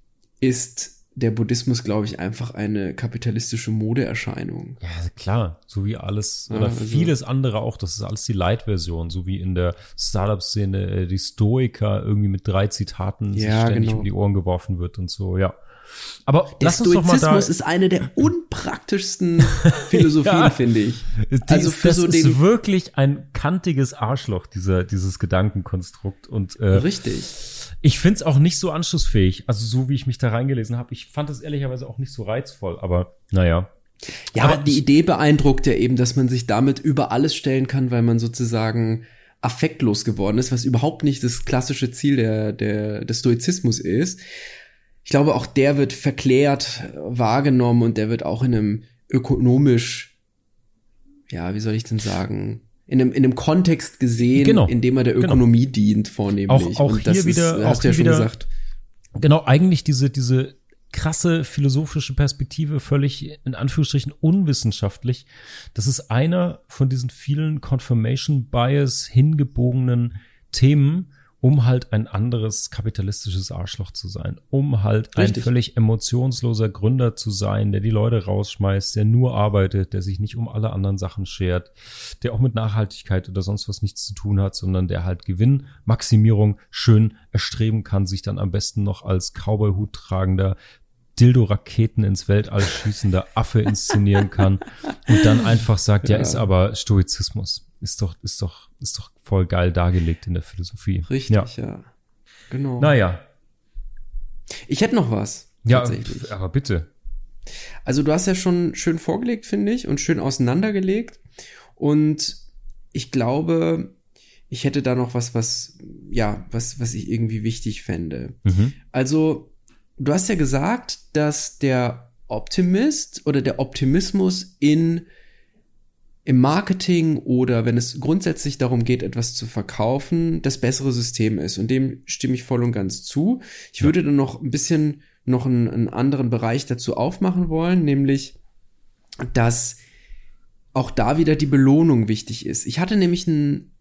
A: ist der Buddhismus, glaube ich, einfach eine kapitalistische Modeerscheinung.
B: ja, klar, so wie alles
A: Ja,
B: oder
A: also-
B: vieles andere auch, das ist alles die Light-Version, so wie in der Startup-Szene äh, die Stoiker irgendwie mit drei Zitaten sich
A: Ja,
B: ständig
A: genau.
B: um die Ohren geworfen wird und so, ja. Aber
A: Der
B: lass uns doch mal da,
A: Stoizismus ist eine der unpraktischsten Philosophien,
B: Ja.
A: finde ich.
B: Die
A: Also
B: ist,
A: für
B: das
A: so
B: ist
A: den-
B: wirklich ein kantiges Arschloch, dieser, dieses Gedankenkonstrukt. Und äh,
A: Richtig.
B: ich find's auch nicht so anschlussfähig. Also so wie ich mich da reingelesen habe. Ich fand es ehrlicherweise auch nicht so reizvoll, aber naja.
A: Ja,
B: Aber
A: die
B: ich-
A: Idee beeindruckt ja eben, dass man sich damit über alles stellen kann, weil man sozusagen affektlos geworden ist, was überhaupt nicht das klassische Ziel der, der, des Stoizismus ist. Ich glaube, auch der wird verklärt wahrgenommen und der wird auch in einem ökonomisch, ja, wie soll ich denn sagen, in einem, in einem Kontext gesehen,
B: Genau.
A: in dem er der
B: Genau.
A: Ökonomie dient, vornehmlich.
B: Auch- auch
A: und das
B: hier wieder-
A: ist,
B: auch
A: hast du ja
B: hier
A: schon
B: wieder-
A: gesagt.
B: Genau, eigentlich diese, diese krasse philosophische Perspektive, völlig in Anführungsstrichen unwissenschaftlich. Das ist einer von diesen vielen Confirmation Bias hingebogenen Themen, um halt ein anderes kapitalistisches Arschloch zu sein, um halt ein
A: Richtig.
B: völlig emotionsloser Gründer zu sein, der die Leute rausschmeißt, der nur arbeitet, der sich nicht um alle anderen Sachen schert, der auch mit Nachhaltigkeit oder sonst was nichts zu tun hat, sondern der halt Gewinnmaximierung schön erstreben kann, sich dann am besten noch als Cowboy-Hut tragender Dildo-Raketen ins Weltall schießender Affe inszenieren kann und dann einfach sagt, ja,
A: Ja.
B: ist aber Stoizismus. Ist doch, ist doch, ist doch voll geil dargelegt in der Philosophie.
A: Richtig,
B: Ja.
A: ja. Genau.
B: Naja.
A: Ich hätte noch was.
B: Ja,
A: Tatsächlich.
B: aber bitte.
A: Also du hast ja schon schön vorgelegt, finde ich, und schön auseinandergelegt. Und ich glaube, ich hätte da noch was, was, ja, was, was ich irgendwie wichtig fände.
B: Mhm.
A: Also, du hast ja gesagt, dass der Optimist oder der Optimismus in im Marketing oder wenn es grundsätzlich darum geht, etwas zu verkaufen, das bessere System ist. Und dem stimme ich voll und ganz zu. Ich
B: Ja.
A: würde dann noch ein bisschen noch einen, einen anderen Bereich dazu aufmachen wollen, nämlich, dass auch da wieder die Belohnung wichtig ist. Ich hatte nämlich ein,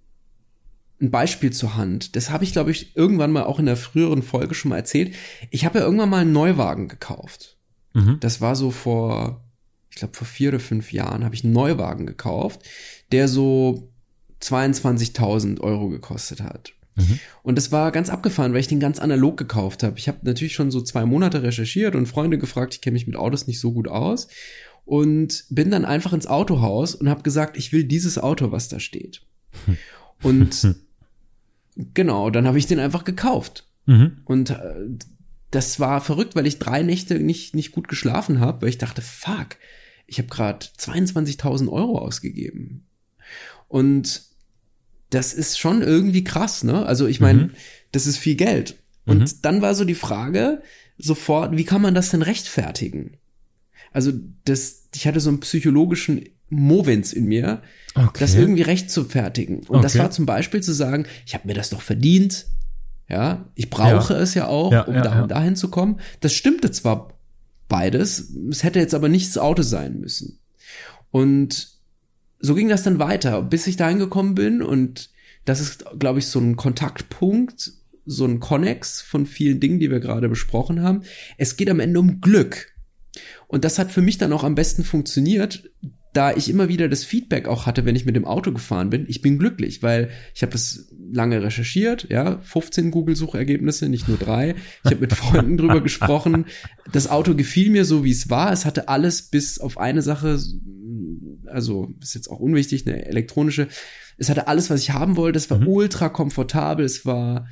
A: ein Beispiel zur Hand. Das habe ich, glaube ich, irgendwann mal auch in der früheren Folge schon mal erzählt. Ich habe ja irgendwann mal einen Neuwagen gekauft.
B: Mhm.
A: Das war so vor, ich glaube, vor vier oder fünf Jahren habe ich einen Neuwagen gekauft, der so zweiundzwanzigtausend Euro gekostet hat.
B: Mhm.
A: Und das war ganz abgefahren, weil ich den ganz analog gekauft habe. Ich habe natürlich schon so zwei Monate recherchiert und Freunde gefragt, ich kenne mich mit Autos nicht so gut aus. Und bin dann einfach ins Autohaus und habe gesagt, ich will dieses Auto, was da steht. Und genau, dann habe ich den einfach gekauft.
B: Mhm.
A: Und äh, das war verrückt, weil ich drei Nächte nicht, nicht gut geschlafen habe, weil ich dachte, fuck, ich habe gerade zweiundzwanzigtausend Euro ausgegeben. Und das ist schon irgendwie krass, ne? Also ich meine,
B: Mhm.
A: das ist viel Geld. Und
B: Mhm.
A: dann war so die Frage sofort, wie kann man das denn rechtfertigen? Also das, ich hatte so einen psychologischen Movens in mir,
B: Okay.
A: das irgendwie rechtfertigen. Und das
B: Okay.
A: war zum Beispiel zu sagen, ich habe mir das doch verdient. Ja, ich brauche
B: Ja.
A: es ja auch,
B: Ja,
A: um
B: ja,
A: da,
B: ja.
A: dahin zu kommen. Das stimmte zwar beides, es hätte jetzt aber nicht das Auto sein müssen. Und so ging das dann weiter, bis ich dahin gekommen bin. Und das ist, glaube ich, so ein Kontaktpunkt, so ein Konnex von vielen Dingen, die wir gerade besprochen haben. Es geht am Ende um Glück. Und das hat für mich dann auch am besten funktioniert. da ich immer wieder das Feedback auch hatte, wenn ich mit dem Auto gefahren bin, ich bin glücklich, weil ich habe das lange recherchiert, ja, fünfzehn Google-Suchergebnisse, nicht nur drei. Ich habe mit Freunden drüber gesprochen. Das Auto gefiel mir so, wie es war. Es hatte alles bis auf eine Sache, also ist jetzt auch unwichtig, eine elektronische. Es hatte alles, was ich haben wollte. Es war mhm. ultra komfortabel. Es war,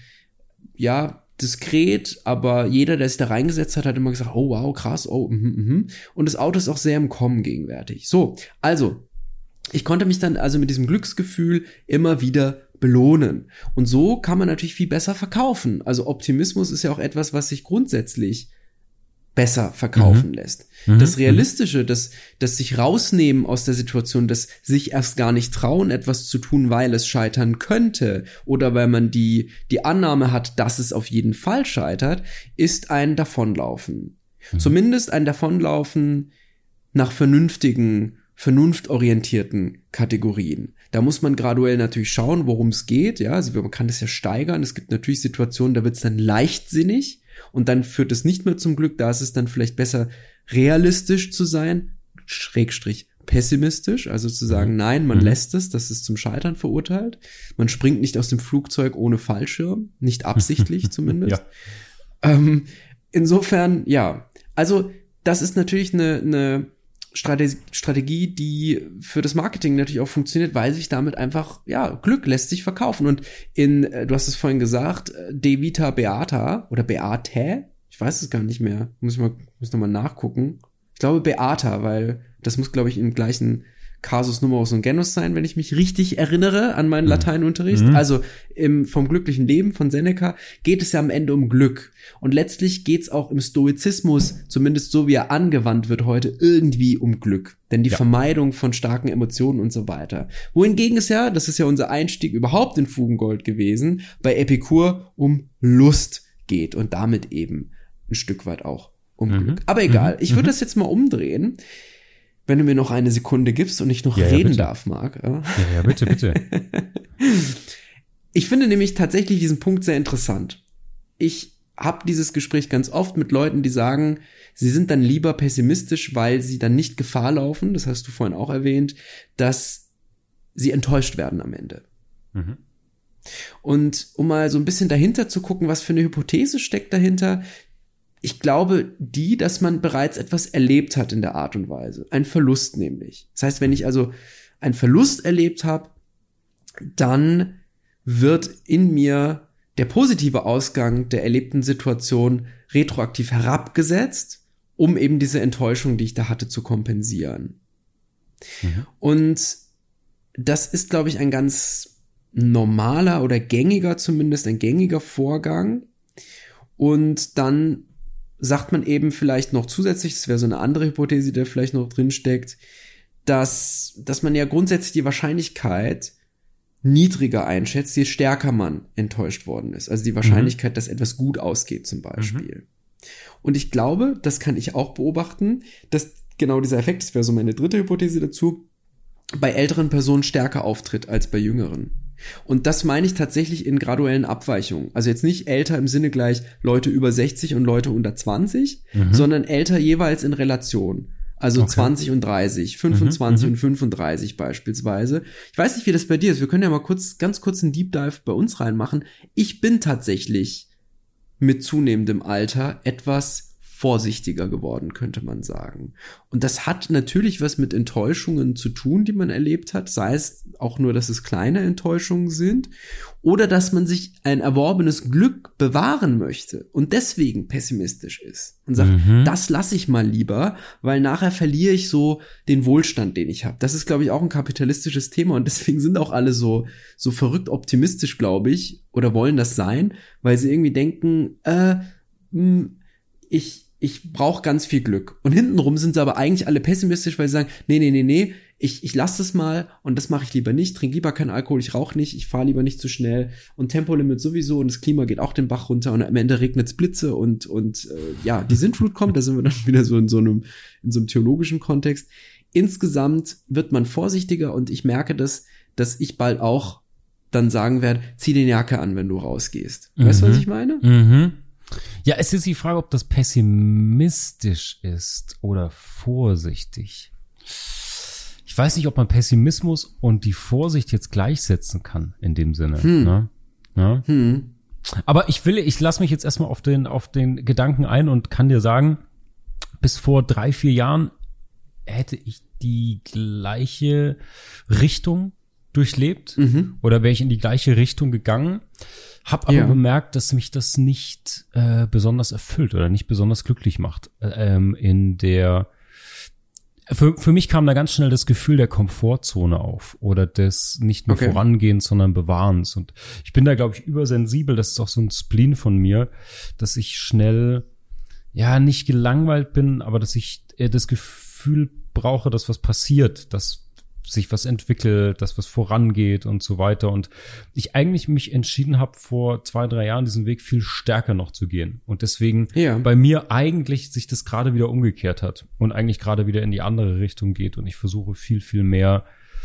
A: ja, diskret, aber jeder, der sich da reingesetzt hat, hat immer gesagt, oh wow, krass, oh, mhm, mhm. Und das Auto ist auch sehr im Kommen gegenwärtig. So, also, ich konnte mich dann also mit diesem Glücksgefühl immer wieder belohnen. Und so kann man natürlich viel besser verkaufen. Also Optimismus ist ja auch etwas, was sich grundsätzlich besser verkaufen mhm. lässt. Mhm. Das Realistische, das, das sich rausnehmen aus der Situation, das sich erst gar nicht trauen, etwas zu tun, weil es scheitern könnte oder weil man die, die Annahme hat, dass es auf jeden Fall scheitert, ist ein Davonlaufen. Mhm. Zumindest ein Davonlaufen nach vernünftigen, vernunftorientierten Kategorien. Da muss man graduell natürlich schauen, worum es geht. Ja, also man kann das ja steigern. Es gibt natürlich Situationen, da wird es dann leichtsinnig. Und dann führt es nicht mehr zum Glück, da ist es dann vielleicht besser, realistisch zu sein, Schrägstrich pessimistisch, also zu sagen, nein, man mhm. lässt es, das ist zum Scheitern verurteilt. Man springt nicht aus dem Flugzeug ohne Fallschirm, nicht absichtlich zumindest. Ja. Ähm, insofern, ja, also das ist natürlich eine, eine Strategie, die für das Marketing natürlich auch funktioniert, weil sich damit einfach, ja, Glück lässt sich verkaufen. Und in, du hast es vorhin gesagt, De Vita Beata oder Beate, ich weiß es gar nicht mehr, muss ich mal, muss noch mal nachgucken. Ich glaube Beata, weil das muss, glaube ich, im gleichen Casus Numerus und Genus sein, wenn ich mich richtig erinnere an meinen Lateinunterricht. Mhm. Also im vom glücklichen Leben von Seneca geht es ja am Ende um Glück. Und letztlich geht es auch im Stoizismus, zumindest so wie er angewandt wird heute, irgendwie um Glück. Denn die ja. Vermeidung von starken Emotionen und so weiter. Wohingegen es ja, das ist ja unser Einstieg überhaupt in Fugengold gewesen, bei Epikur um Lust geht und damit eben ein Stück weit auch um mhm. Glück. Aber egal, mhm. ich würde mhm. das jetzt mal umdrehen. Wenn du mir noch eine Sekunde gibst und ich noch ja, reden ja, darf, Marc. Ja,
B: ja, bitte, bitte.
A: Ich finde nämlich tatsächlich diesen Punkt sehr interessant. Ich habe dieses Gespräch ganz oft mit Leuten, die sagen, sie sind dann lieber pessimistisch, weil sie dann nicht Gefahr laufen, das hast du vorhin auch erwähnt, dass sie enttäuscht werden am Ende. Mhm. Und um mal so ein bisschen dahinter zu gucken, was für eine Hypothese steckt dahinter, ich glaube, die, dass man bereits etwas erlebt hat in der Art und Weise. Ein Verlust nämlich. Das heißt, wenn ich also einen Verlust erlebt habe, dann wird in mir der positive Ausgang der erlebten Situation retroaktiv herabgesetzt, um eben diese Enttäuschung, die ich da hatte, zu kompensieren. Mhm. Und das ist, glaube ich, ein ganz normaler oder gängiger zumindest, ein gängiger Vorgang. Und dann sagt man eben vielleicht noch zusätzlich, das wäre so eine andere Hypothese, die da vielleicht noch drin steckt, dass, dass man ja grundsätzlich die Wahrscheinlichkeit niedriger einschätzt, je stärker man enttäuscht worden ist. Also die Wahrscheinlichkeit, mhm. dass etwas gut ausgeht zum Beispiel. Mhm. Und ich glaube, das kann ich auch beobachten, dass genau dieser Effekt, das wäre so meine dritte Hypothese dazu, bei älteren Personen stärker auftritt als bei jüngeren. Und das meine ich tatsächlich in graduellen Abweichungen. Also jetzt nicht älter im Sinne gleich Leute über sechzig und Leute unter zwanzig, mhm. sondern älter jeweils in Relation. Also okay. zwanzig und dreißig, fünfundzwanzig mhm. und fünfunddreißig beispielsweise. Ich weiß nicht, wie das bei dir ist. Wir können ja mal kurz, ganz kurz einen Deep Dive bei uns reinmachen. Ich bin tatsächlich mit zunehmendem Alter etwas vorsichtiger geworden, könnte man sagen. Und das hat natürlich was mit Enttäuschungen zu tun, die man erlebt hat, sei es auch nur, dass es kleine Enttäuschungen sind oder dass man sich ein erworbenes Glück bewahren möchte und deswegen pessimistisch ist und sagt, mhm. das lasse ich mal lieber, weil nachher verliere ich so den Wohlstand, den ich habe. Das ist, glaube ich, auch ein kapitalistisches Thema und deswegen sind auch alle so so verrückt optimistisch, glaube ich, oder wollen das sein, weil sie irgendwie denken, äh, mh, ich ich brauche ganz viel Glück. Und hintenrum sind sie aber eigentlich alle pessimistisch, weil sie sagen, nee, nee, nee, nee, ich, ich lasse das mal und das mache ich lieber nicht, trinke lieber keinen Alkohol, ich rauche nicht, ich fahre lieber nicht zu schnell und Tempolimit sowieso und das Klima geht auch den Bach runter und am Ende regnet's Blitze und und äh, ja, die Sintflut kommt, da sind wir dann wieder so in so einem in so einem theologischen Kontext. Insgesamt wird man vorsichtiger und ich merke das, dass ich bald auch dann sagen werde, zieh den Jacke an, wenn du rausgehst. Weißt du, mhm. was ich meine?
B: Mhm. Ja, es ist die Frage, ob das pessimistisch ist oder vorsichtig. Ich weiß nicht, ob man Pessimismus und die Vorsicht jetzt gleichsetzen kann in dem Sinne.
A: Hm.
B: Ne? Ja?
A: Hm.
B: Aber ich will, ich lasse mich jetzt erstmal auf den, auf den Gedanken ein und kann dir sagen, bis vor drei, vier Jahren hätte ich die gleiche Richtung durchlebt
A: Mhm.
B: oder wäre ich in die gleiche Richtung gegangen, habe aber
A: Ja.
B: bemerkt, dass mich das nicht äh, besonders erfüllt oder nicht besonders glücklich macht. Ähm, in der für, für mich kam da ganz schnell das Gefühl der Komfortzone auf oder des nicht nur
A: Okay.
B: Vorangehens, sondern Bewahrens. Und ich bin da, glaube ich, übersensibel. Das ist auch so ein Spleen von mir, dass ich schnell, ja, nicht gelangweilt bin, aber dass ich äh, das Gefühl brauche, dass was passiert, dass sich was entwickelt, dass was vorangeht und so weiter. Und ich eigentlich mich entschieden habe, vor zwei, drei Jahren diesen Weg viel stärker noch zu gehen. Und deswegen
A: Ja.
B: bei mir eigentlich sich das gerade wieder umgekehrt hat und eigentlich gerade wieder in die andere Richtung geht. Und ich versuche viel, viel mehr,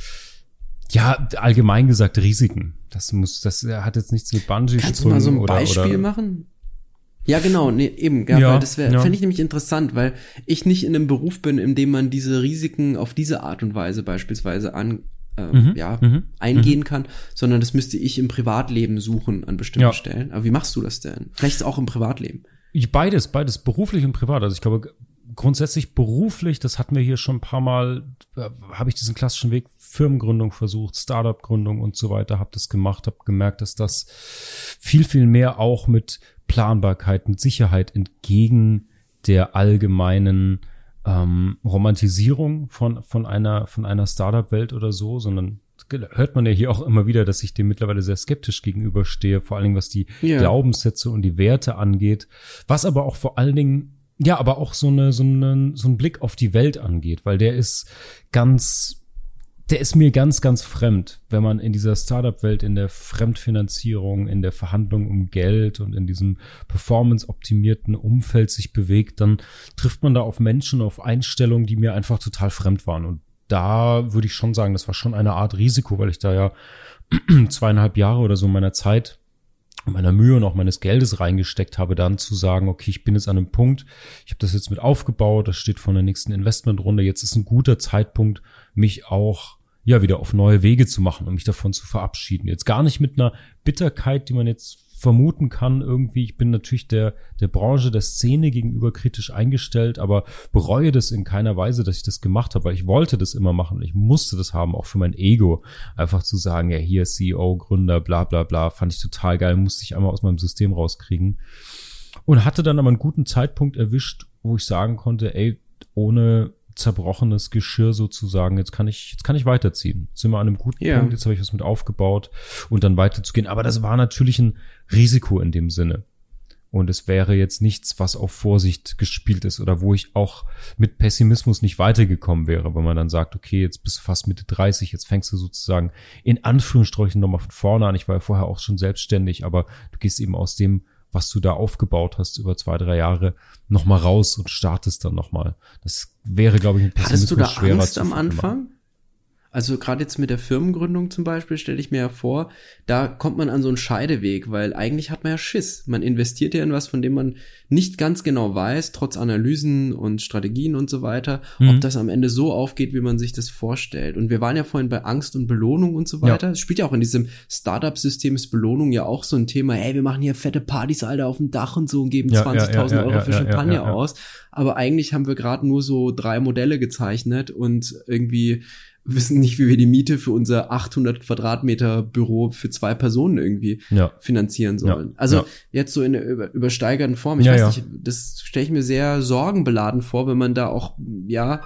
B: ja, allgemein gesagt, Risiken. Das muss, das hat jetzt nichts mit Bungee-Sprüngen
A: Kannst du mal so ein
B: oder,
A: Beispiel
B: oder
A: machen? Ja, genau, nee, eben, ja,
B: Ja,
A: weil das wäre,
B: ja.
A: fände ich nämlich interessant, weil ich nicht in einem Beruf bin, in dem man diese Risiken auf diese Art und Weise beispielsweise an, äh,
B: Mhm,
A: ja,
B: mhm,
A: eingehen kann, sondern das müsste ich im Privatleben suchen an bestimmten
B: Ja.
A: Stellen. Aber wie machst du das denn? Vielleicht auch im Privatleben.
B: Ich, beides, beides, beruflich und privat. Also ich glaube, grundsätzlich beruflich, das hatten wir hier schon ein paar Mal, äh, habe ich diesen klassischen Weg, Firmengründung versucht, Startup-Gründung und so weiter, habe das gemacht, habe gemerkt, dass das viel, viel mehr auch mit Planbarkeit, mit Sicherheit entgegen der allgemeinen ähm, Romantisierung von von einer von einer Startup-Welt oder so, sondern hört man ja hier auch immer wieder, dass ich dem mittlerweile sehr skeptisch gegenüberstehe, vor allen Dingen was die
A: Ja.
B: Glaubenssätze und die Werte angeht, was aber auch vor allen Dingen, ja, aber auch so eine so eine so ein Blick auf die Welt angeht, weil der ist ganz Der ist mir ganz, ganz fremd, wenn man in dieser Startup-Welt, in der Fremdfinanzierung, in der Verhandlung um Geld und in diesem performance-optimierten Umfeld sich bewegt, dann trifft man da auf Menschen, auf Einstellungen, die mir einfach total fremd waren. Und da würde ich schon sagen, das war schon eine Art Risiko, weil ich da ja zweieinhalb Jahre oder so meiner Zeit, meiner Mühe und auch meines Geldes reingesteckt habe, dann zu sagen, okay, ich bin jetzt an einem Punkt, ich habe das jetzt mit aufgebaut, das steht vor der nächsten Investmentrunde, jetzt ist ein guter Zeitpunkt, mich auch ja wieder auf neue Wege zu machen und mich davon zu verabschieden. Jetzt gar nicht mit einer Bitterkeit, die man jetzt vermuten kann irgendwie. Ich bin natürlich der der Branche, der Szene gegenüber kritisch eingestellt, aber bereue das in keiner Weise, dass ich das gemacht habe, weil ich wollte das immer machen und ich musste das haben, auch für mein Ego. Einfach zu sagen, ja, hier ist C E O, Gründer, bla bla bla, fand ich total geil, musste ich einmal aus meinem System rauskriegen. Und hatte dann aber einen guten Zeitpunkt erwischt, wo ich sagen konnte, ey, ohne zerbrochenes Geschirr sozusagen, jetzt kann ich, jetzt kann ich weiterziehen. Jetzt sind wir an einem guten
A: Ja.
B: Punkt, jetzt habe ich was mit aufgebaut und dann weiterzugehen. Aber das war natürlich ein Risiko in dem Sinne. Und es wäre jetzt nichts, was auf Vorsicht gespielt ist oder wo ich auch mit Pessimismus nicht weitergekommen wäre, wenn man dann sagt, okay, jetzt bist du fast Mitte dreißig, jetzt fängst du sozusagen in Anführungsstrichen nochmal von vorne an. Ich war ja vorher auch schon selbstständig, aber du gehst eben aus dem, was du da aufgebaut hast über zwei, drei Jahre, nochmal raus und startest dann nochmal. Das wäre, glaube ich, ein
A: Hattest du da
B: Pessimismus schwerer
A: Angst
B: zu
A: am
B: vereinbaren.
A: Anfang? Also gerade jetzt mit der Firmengründung zum Beispiel stelle ich mir ja vor, da kommt man an so einen Scheideweg, weil eigentlich hat man ja Schiss. Man investiert ja in was, von dem man nicht ganz genau weiß, trotz Analysen und Strategien und so weiter,
B: Mhm.
A: ob das am Ende so aufgeht, wie man sich das vorstellt. Und wir waren ja vorhin bei Angst und Belohnung und so weiter. Es spielt ja auch in diesem Startup-System ist Belohnung ja auch so ein Thema, hey, wir machen hier fette Partys, Alter, auf dem Dach und so und geben
B: Ja, ja,
A: zwanzigtausend
B: ja, ja,
A: Euro für
B: ja, ja,
A: Champagner
B: ja, ja.
A: aus. Aber eigentlich haben wir gerade nur so drei Modelle gezeichnet und irgendwie wissen nicht, wie wir die Miete für unser achthundert Quadratmeter Büro für zwei Personen irgendwie
B: Ja.
A: finanzieren sollen.
B: Ja,
A: also
B: ja.
A: jetzt so in der über, übersteigerten Form. Ich
B: Ja,
A: weiß
B: ja.
A: nicht, das stelle ich mir sehr sorgenbeladen vor, wenn man da auch, ja,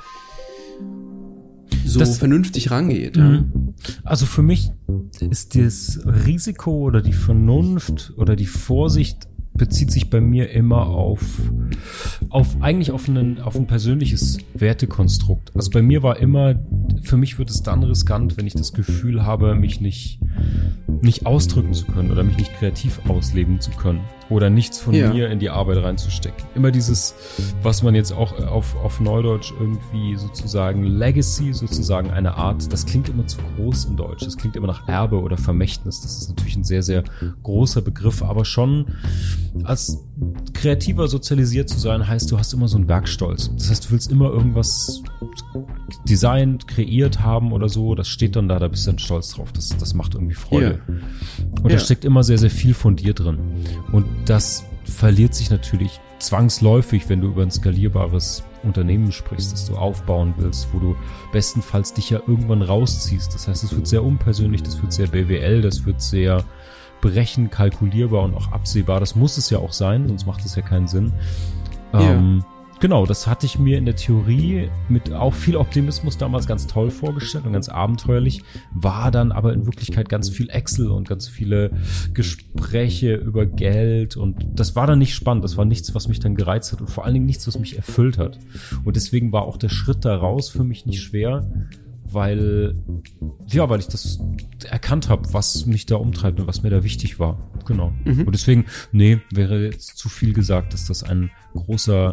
A: so
B: Das-
A: vernünftig rangeht. Ja.
B: Mhm. Also für mich ist das Risiko oder die Vernunft oder die Vorsicht bezieht sich bei mir immer auf, auf eigentlich auf, einen, auf ein persönliches Wertekonstrukt. Also bei mir war immer, für mich wird es dann riskant, wenn ich das Gefühl habe, mich nicht, nicht ausdrücken zu können oder mich nicht kreativ ausleben zu können oder nichts von
A: Ja.
B: mir in die Arbeit reinzustecken. Immer dieses, was man jetzt auch auf, auf Neudeutsch irgendwie sozusagen Legacy, sozusagen eine Art, das klingt immer zu groß in Deutsch. Das klingt immer nach Erbe oder Vermächtnis. Das ist natürlich ein sehr, sehr großer Begriff, aber schon als kreativer sozialisiert zu sein, heißt, du hast immer so einen Werkstolz. Das heißt, du willst immer irgendwas designt, kreiert haben oder so, das steht dann da, da bist du dann stolz drauf. Das, das macht irgendwie Freude. Ja. Und
A: ja.
B: da steckt immer sehr, sehr viel von dir drin. Und das verliert sich natürlich zwangsläufig, wenn du über ein skalierbares Unternehmen sprichst, das du aufbauen willst, wo du bestenfalls dich ja irgendwann rausziehst. Das heißt, es wird sehr unpersönlich, das wird sehr B W L, das wird sehr berechenbar, kalkulierbar und auch absehbar. Das muss es ja auch sein, sonst macht es ja keinen Sinn.
A: Ja.
B: Ähm, genau, das hatte ich mir in der Theorie mit auch viel Optimismus damals ganz toll vorgestellt und ganz abenteuerlich, war dann aber in Wirklichkeit ganz viel Excel und ganz viele Gespräche über Geld und das war dann nicht spannend, das war nichts, was mich dann gereizt hat und vor allen Dingen nichts, was mich erfüllt hat. Und deswegen war auch der Schritt da raus für mich nicht schwer, weil, ja, weil ich das erkannt habe, was mich da umtreibt und was mir da wichtig war. Genau. Mhm. Und deswegen, nee, wäre jetzt zu viel gesagt, dass das ein großer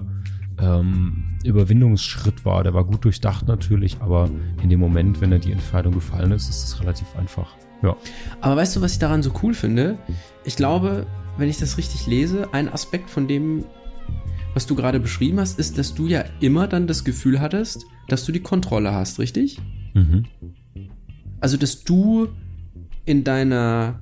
B: ähm, Überwindungsschritt war. Der war gut durchdacht natürlich, aber in dem Moment, wenn er die Entscheidung gefallen ist, ist es relativ einfach. Ja.
A: Aber weißt du, was ich daran so cool finde? Ich glaube, wenn ich das richtig lese, ein Aspekt von dem, was du gerade beschrieben hast, ist, dass du ja immer dann das Gefühl hattest, dass du die Kontrolle hast, richtig?
B: Mhm.
A: Also, dass du in deiner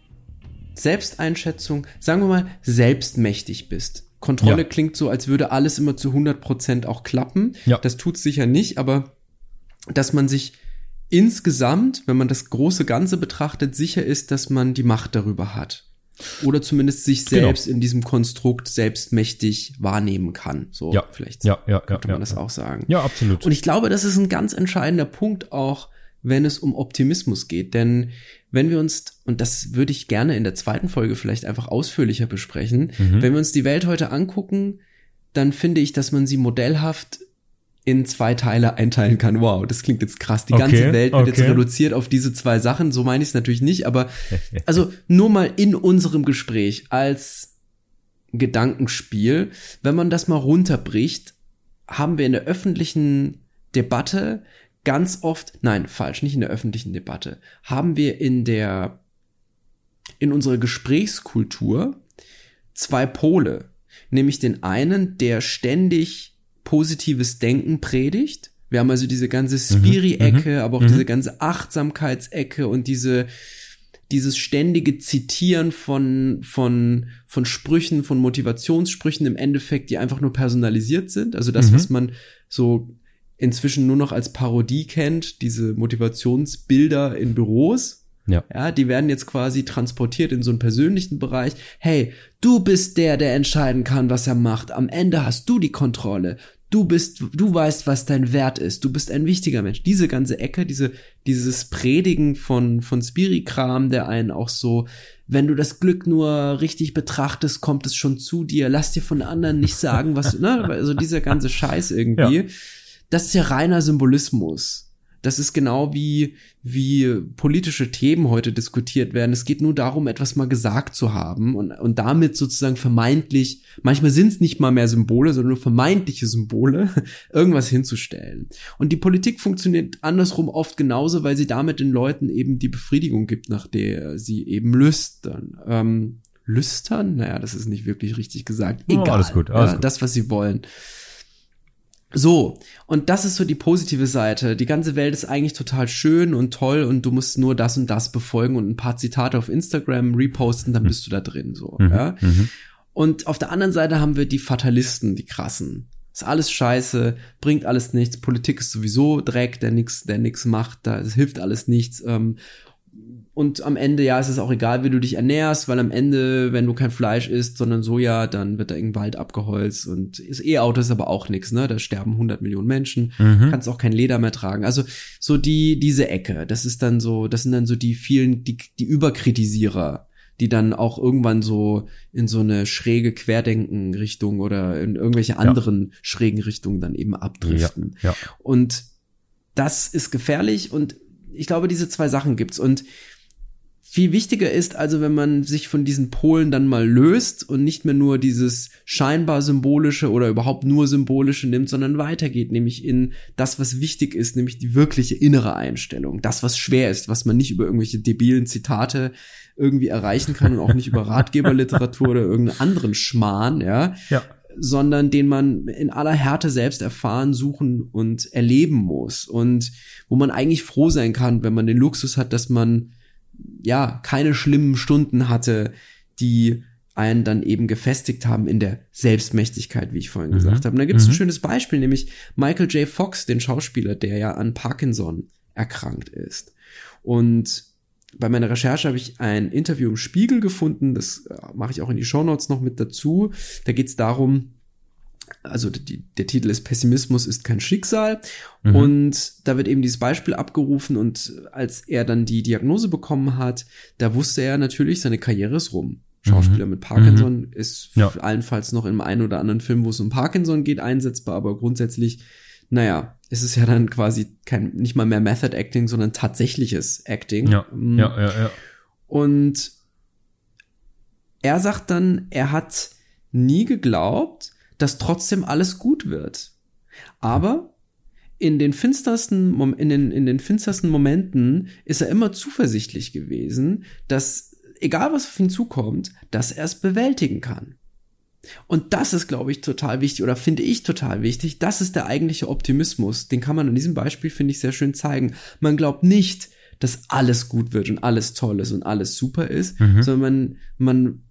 A: Selbsteinschätzung, sagen wir mal, selbstmächtig bist. Kontrolle
B: ja.
A: klingt so, als würde alles immer zu hundert Prozent auch klappen.
B: Ja.
A: Das tut's sicher nicht, aber dass man sich insgesamt, wenn man das große Ganze betrachtet, sicher ist, dass man die Macht darüber hat. Oder zumindest sich selbst genau. in diesem Konstrukt selbstmächtig wahrnehmen kann. So,
B: ja.
A: vielleicht
B: ja, ja,
A: könnte
B: ja,
A: man
B: ja,
A: das
B: ja.
A: auch sagen.
B: Ja, absolut.
A: Und ich glaube, das ist ein ganz entscheidender Punkt auch, wenn es um Optimismus geht. Denn wenn wir uns, und das würde ich gerne in der zweiten Folge vielleicht einfach ausführlicher besprechen,
B: Mhm.
A: wenn wir uns die Welt heute angucken, dann finde ich, dass man sie modellhaft in zwei Teile einteilen kann. Wow, das klingt jetzt krass. Die
B: Okay,
A: ganze Welt wird
B: okay.
A: jetzt reduziert auf diese zwei Sachen. So meine ich es natürlich nicht, aber also nur mal in unserem Gespräch als Gedankenspiel, wenn man das mal runterbricht, haben wir in der öffentlichen Debatte ganz oft, nein, falsch, nicht in der öffentlichen Debatte, haben wir in der, in unserer Gesprächskultur zwei Pole. Nämlich den einen, der ständig positives Denken predigt. Wir haben also diese ganze Spiri-Ecke,
B: mhm,
A: aber auch
B: mhm.
A: diese ganze Achtsamkeitsecke und diese, dieses ständige Zitieren von, von, von Sprüchen, von Motivationssprüchen im Endeffekt, die einfach nur personalisiert sind. Also das,
B: Mhm.
A: was man so inzwischen nur noch als Parodie kennt, diese Motivationsbilder in Büros.
B: Ja.
A: Ja, die werden jetzt quasi transportiert in so einen persönlichen Bereich. Hey, du bist der, der entscheiden kann, was er macht. Am Ende hast du die Kontrolle. Du bist, du weißt, was dein Wert ist. Du bist ein wichtiger Mensch. Diese ganze Ecke, diese, dieses Predigen von, von Spiri-Kram, der einen auch so, wenn du das Glück nur richtig betrachtest, kommt es schon zu dir. Lass dir von anderen nicht sagen, was, ne, also dieser ganze Scheiß irgendwie. Ja. Das ist ja reiner Symbolismus. Das ist genau wie, wie politische Themen heute diskutiert werden. Es geht nur darum, etwas mal gesagt zu haben und, und damit sozusagen vermeintlich, manchmal sind es nicht mal mehr Symbole, sondern nur vermeintliche Symbole, irgendwas hinzustellen. Und die Politik funktioniert andersrum oft genauso, weil sie damit den Leuten eben die Befriedigung gibt, nach der sie eben lüstern. Ähm, lüstern? Naja, das ist nicht wirklich richtig gesagt. Egal.
B: Oh, alles gut, alles
A: ja,
B: gut.
A: Das, was sie wollen. So, und das ist so die positive Seite. Die ganze Welt ist eigentlich total schön und toll und du musst nur das und das befolgen und ein paar Zitate auf Instagram reposten, dann bist du da drin, so,
B: Mhm.
A: ja.
B: Mhm.
A: Und auf der anderen Seite haben wir die Fatalisten, die krassen. Ist alles scheiße, bringt alles nichts, Politik ist sowieso Dreck, der nix, der nix macht, da es hilft alles nichts, ähm, und am Ende, ja, ist es auch egal, wie du dich ernährst, weil am Ende, wenn du kein Fleisch isst, sondern Soja, dann wird da irgendein Wald abgeholzt und das E-Auto ist aber auch nix, ne? Da sterben hundert Millionen Menschen,
B: Mhm.
A: kannst auch kein Leder mehr tragen. Also so die diese Ecke, das ist dann so, das sind dann so die vielen, die, die Überkritisierer, die dann auch irgendwann so in so eine schräge Querdenken-Richtung oder in irgendwelche anderen ja. schrägen Richtungen dann eben abdriften.
B: Ja, ja.
A: Und das ist gefährlich und ich glaube, diese zwei Sachen gibt's und viel wichtiger ist also, wenn man sich von diesen Polen dann mal löst und nicht mehr nur dieses scheinbar symbolische oder überhaupt nur symbolische nimmt, sondern weitergeht, nämlich in das, was wichtig ist, nämlich die wirkliche innere Einstellung. Das, was schwer ist, was man nicht über irgendwelche debilen Zitate irgendwie erreichen kann und auch nicht über Ratgeberliteratur oder irgendeinen anderen Schmarrn, ja.
B: Ja.
A: sondern den man in aller Härte selbst erfahren, suchen und erleben muss und wo man eigentlich froh sein kann, wenn man den Luxus hat, dass man ja keine schlimmen Stunden hatte, die einen dann eben gefestigt haben in der Selbstmächtigkeit, wie ich vorhin mhm. gesagt habe. Und da gibt es mhm. ein schönes Beispiel, nämlich Michael J. Fox, den Schauspieler, der ja an Parkinson erkrankt ist. Und bei meiner Recherche habe ich ein Interview im Spiegel gefunden, das mache ich auch in die Shownotes noch mit dazu. Da geht es darum, also die, der Titel ist Pessimismus ist kein Schicksal mhm. und da wird eben dieses Beispiel abgerufen und als er dann die Diagnose bekommen hat, da wusste er natürlich, seine Karriere ist rum. Schauspieler mhm. mit Parkinson mhm. ist ja. allenfalls noch im einen oder anderen Film, wo es um Parkinson geht, einsetzbar, aber grundsätzlich, naja, es ist ja dann quasi kein, nicht mal mehr Method Acting, sondern tatsächliches Acting.
B: Ja, ja, ja, ja.
A: Und er sagt dann, er hat nie geglaubt, dass trotzdem alles gut wird. Aber in den finstersten, in den, in den finstersten Momenten ist er immer zuversichtlich gewesen, dass, egal was auf ihn zukommt, dass er es bewältigen kann. Und das ist, glaube ich, total wichtig oder finde ich total wichtig. Das ist der eigentliche Optimismus. Den kann man an diesem Beispiel, finde ich, sehr schön zeigen. Man glaubt nicht, dass alles gut wird und alles toll ist und alles super ist, mhm. sondern man, man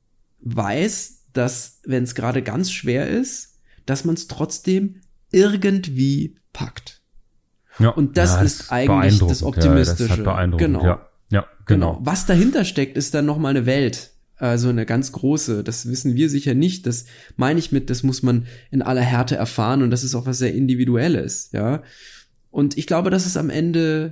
A: weiß, dass, wenn es gerade ganz schwer ist, dass man es trotzdem irgendwie packt.
B: Ja,
A: und das
B: ja,
A: ist eigentlich das Optimistische.
B: Ja, das hat beeindruckend,
A: genau.
B: Ja, ja, genau.
A: genau. Was dahinter steckt, ist dann noch mal eine Welt. Also eine ganz große, das wissen wir sicher nicht, das meine ich mit, das muss man in aller Härte erfahren und das ist auch was sehr Individuelles, ja. Und ich glaube, das ist am Ende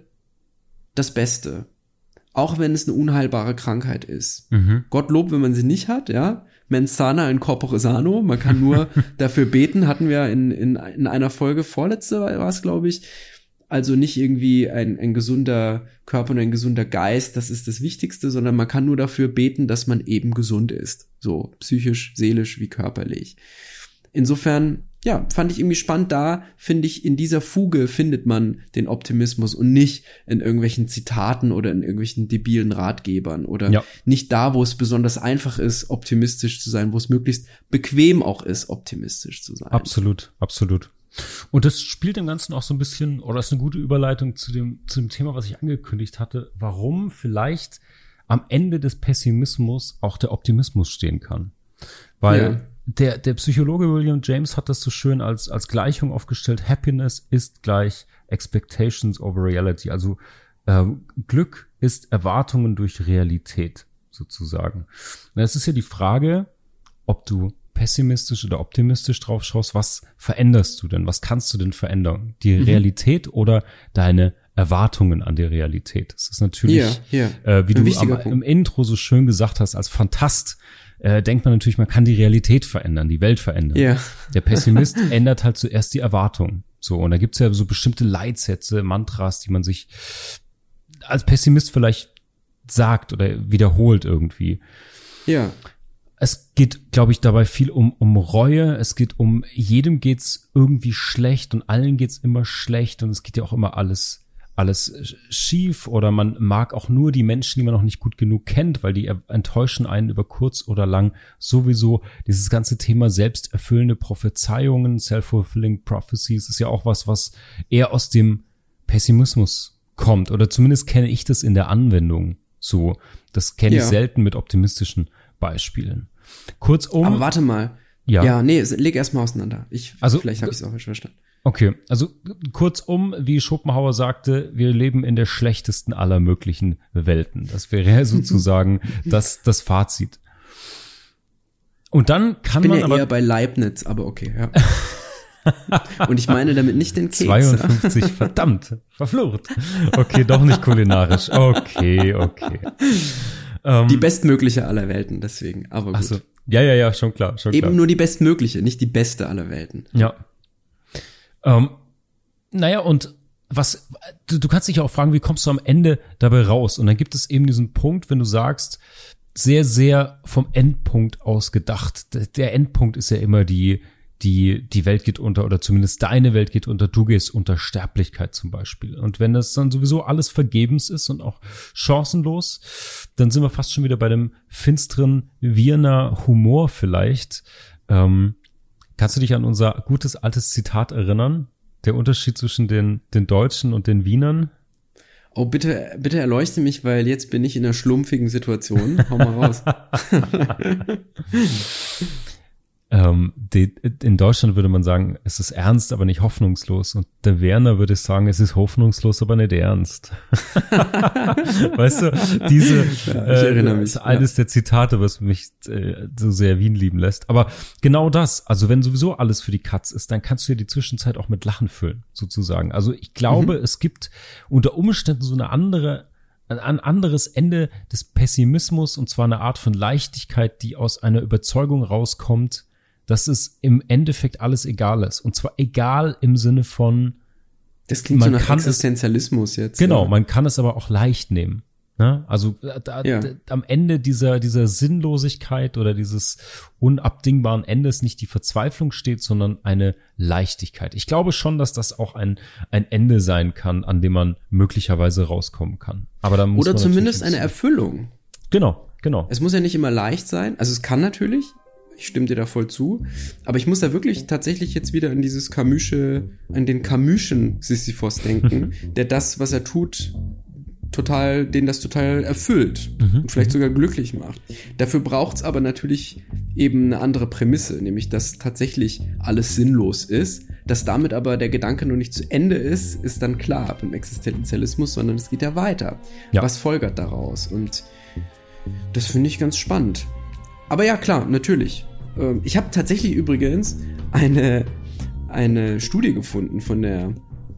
A: das Beste, auch wenn es eine unheilbare Krankheit ist. Mhm. Gottlob, wenn man sie nicht hat, ja. Mens sana in corpore sano, man kann nur dafür beten, hatten wir in, in, in einer Folge, vorletzte war es, glaube ich. Also nicht irgendwie ein, ein gesunder Körper und ein gesunder Geist, das ist das Wichtigste, sondern man kann nur dafür beten, dass man eben gesund ist. So psychisch, seelisch wie körperlich. Insofern, ja, fand ich irgendwie spannend. Da, finde ich, in dieser Fuge findet man den Optimismus und nicht in irgendwelchen Zitaten oder in irgendwelchen debilen Ratgebern oder ja. nicht da, wo es besonders einfach ist, optimistisch zu sein, wo es möglichst bequem auch ist, optimistisch zu sein.
B: Absolut, absolut. Und das spielt im Ganzen auch so ein bisschen, oder ist eine gute Überleitung zu dem, zu dem Thema, was ich angekündigt hatte, warum vielleicht am Ende des Pessimismus auch der Optimismus stehen kann. Weil ja. der, der Psychologe William James hat das so schön als, als Gleichung aufgestellt. Happiness ist gleich Expectations over Reality. Also ähm, Glück ist Erwartungen durch Realität sozusagen. Und es ist ja die Frage, ob du pessimistisch oder optimistisch drauf schaust, was veränderst du denn? Was kannst du denn verändern? Die mhm. Realität oder deine Erwartungen an die Realität? Das ist natürlich, yeah, yeah. Äh, wie Ein du am, im Intro so schön gesagt hast, als Fantast äh, denkt man natürlich, man kann die Realität verändern, die Welt verändern. Yeah. Der Pessimist ändert halt zuerst die Erwartungen. So, und da gibt's ja so bestimmte Leitsätze, Mantras, die man sich als Pessimist vielleicht sagt oder wiederholt irgendwie.
A: Ja.
B: Es geht, glaube ich, dabei viel um um Reue. Es geht um, jedem geht's irgendwie schlecht und allen geht's immer schlecht und es geht ja auch immer alles alles schief oder man mag auch nur die Menschen, die man noch nicht gut genug kennt, weil die enttäuschen einen über kurz oder lang. Sowieso dieses ganze Thema selbsterfüllende Prophezeiungen, self-fulfilling prophecies ist ja auch was, was eher aus dem Pessimismus kommt oder zumindest kenne ich das in der Anwendung so. Das kenne ja. ich selten mit optimistischen Beispielen. Kurzum.
A: Aber warte mal. Ja. Ja, nee, leg erst mal auseinander. Ich,
B: also,
A: vielleicht habe ich es auch falsch verstanden.
B: Okay, also kurzum, wie Schopenhauer sagte, wir leben in der schlechtesten aller möglichen Welten. Das wäre sozusagen das, das Fazit. Und dann kann
A: ich bin
B: man
A: ja
B: aber
A: eher bei Leibniz, aber okay, ja. Und ich meine damit nicht den Keks.
B: zweiundfünfzig, verdammt, verflucht. Okay, doch nicht kulinarisch. Okay, okay.
A: Die bestmögliche aller Welten, deswegen, aber gut. Ach so.
B: Ja, ja, ja, schon klar, schon
A: Eben
B: klar.
A: Eben nur die bestmögliche, nicht die beste aller Welten.
B: Ja. Ähm, naja, und was, du, du kannst dich ja auch fragen, wie kommst du am Ende dabei raus? Und dann gibt es eben diesen Punkt, wenn du sagst, sehr, sehr vom Endpunkt aus gedacht. Der Endpunkt ist ja immer die, die, die Welt geht unter oder zumindest deine Welt geht unter, du gehst unter Sterblichkeit zum Beispiel. Und wenn das dann sowieso alles vergebens ist und auch chancenlos, dann sind wir fast schon wieder bei dem finsteren Wiener Humor vielleicht. Ähm, Kannst du dich an unser gutes altes Zitat erinnern? Der Unterschied zwischen den, den Deutschen und den Wienern?
A: Oh, bitte, bitte erleuchte mich, weil jetzt bin ich in einer schlumpfigen Situation. Hau mal raus.
B: ähm, die, in Deutschland würde man sagen, es ist ernst, aber nicht hoffnungslos. Und der Werner würde sagen, es ist hoffnungslos, aber nicht ernst. Weißt du, diese, ja, ich erinnere äh, mich, ist eines ja. der Zitate, was mich äh, so sehr Wien lieben lässt. Aber genau das, also wenn sowieso alles für die Katz ist, dann kannst du ja die Zwischenzeit auch mit Lachen füllen, sozusagen. Also ich glaube, mhm. es gibt unter Umständen so eine andere ein anderes Ende des Pessimismus, und zwar eine Art von Leichtigkeit, die aus einer Überzeugung rauskommt, dass es im Endeffekt alles egal ist. Und zwar egal im Sinne von,
A: das klingt so nach Existenzialismus
B: es,
A: jetzt.
B: Genau,
A: ja.
B: man kann es aber auch leicht nehmen. Ne? Also da, ja. da, am Ende dieser dieser Sinnlosigkeit oder dieses unabdingbaren Endes nicht die Verzweiflung steht, sondern eine Leichtigkeit. Ich glaube schon, dass das auch ein ein Ende sein kann, an dem man möglicherweise rauskommen kann. Aber dann muss
A: oder
B: man
A: zumindest eine Erfüllung.
B: Genau, genau.
A: Es muss ja nicht immer leicht sein. Also es kann natürlich. Ich stimme dir da voll zu. Aber ich muss da wirklich tatsächlich jetzt wieder an dieses Camusche, an den Camuschen Sisyphos denken, der das, was er tut, total, den das total erfüllt mhm. und vielleicht sogar glücklich macht. Dafür braucht's aber natürlich eben eine andere Prämisse, nämlich, dass tatsächlich alles sinnlos ist. Dass damit aber der Gedanke noch nicht zu Ende ist, ist dann klar beim Existenzialismus, sondern es geht ja weiter. Ja. Was folgert daraus? Und das finde ich ganz spannend. Aber ja, klar, natürlich. Ich habe tatsächlich übrigens eine, eine Studie gefunden von der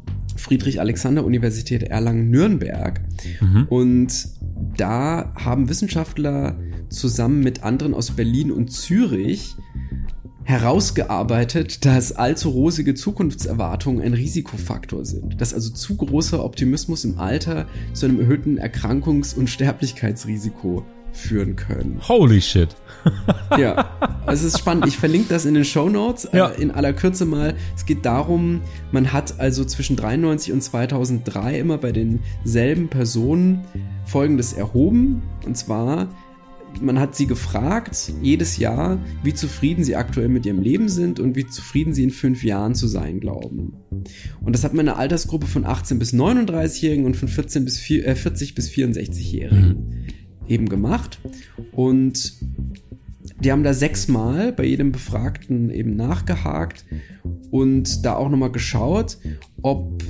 A: Friedrich-Alexander-Universität Erlangen-Nürnberg. Mhm. Und da haben Wissenschaftler zusammen mit anderen aus Berlin und Zürich herausgearbeitet, dass allzu rosige Zukunftserwartungen ein Risikofaktor sind. Dass also zu großer Optimismus im Alter zu einem erhöhten Erkrankungs- und Sterblichkeitsrisiko führen können.
B: Holy shit.
A: Ja, also es ist spannend. Ich verlinke das in den Shownotes. Ja. In aller Kürze mal. Es geht darum, man hat also zwischen dreiundneunzig und zweitausenddrei immer bei denselben Personen Folgendes erhoben. Und zwar, man hat sie gefragt, jedes Jahr, wie zufrieden sie aktuell mit ihrem Leben sind und wie zufrieden sie in fünf Jahren zu sein glauben. Und das hat man in einer Altersgruppe von achtzehn bis neununddreißig-Jährigen und von vierzehn bis vierzig bis vierundsechzig-Jährigen mhm. eben gemacht. Und die haben da sechsmal bei jedem Befragten eben nachgehakt und da auch nochmal geschaut, ob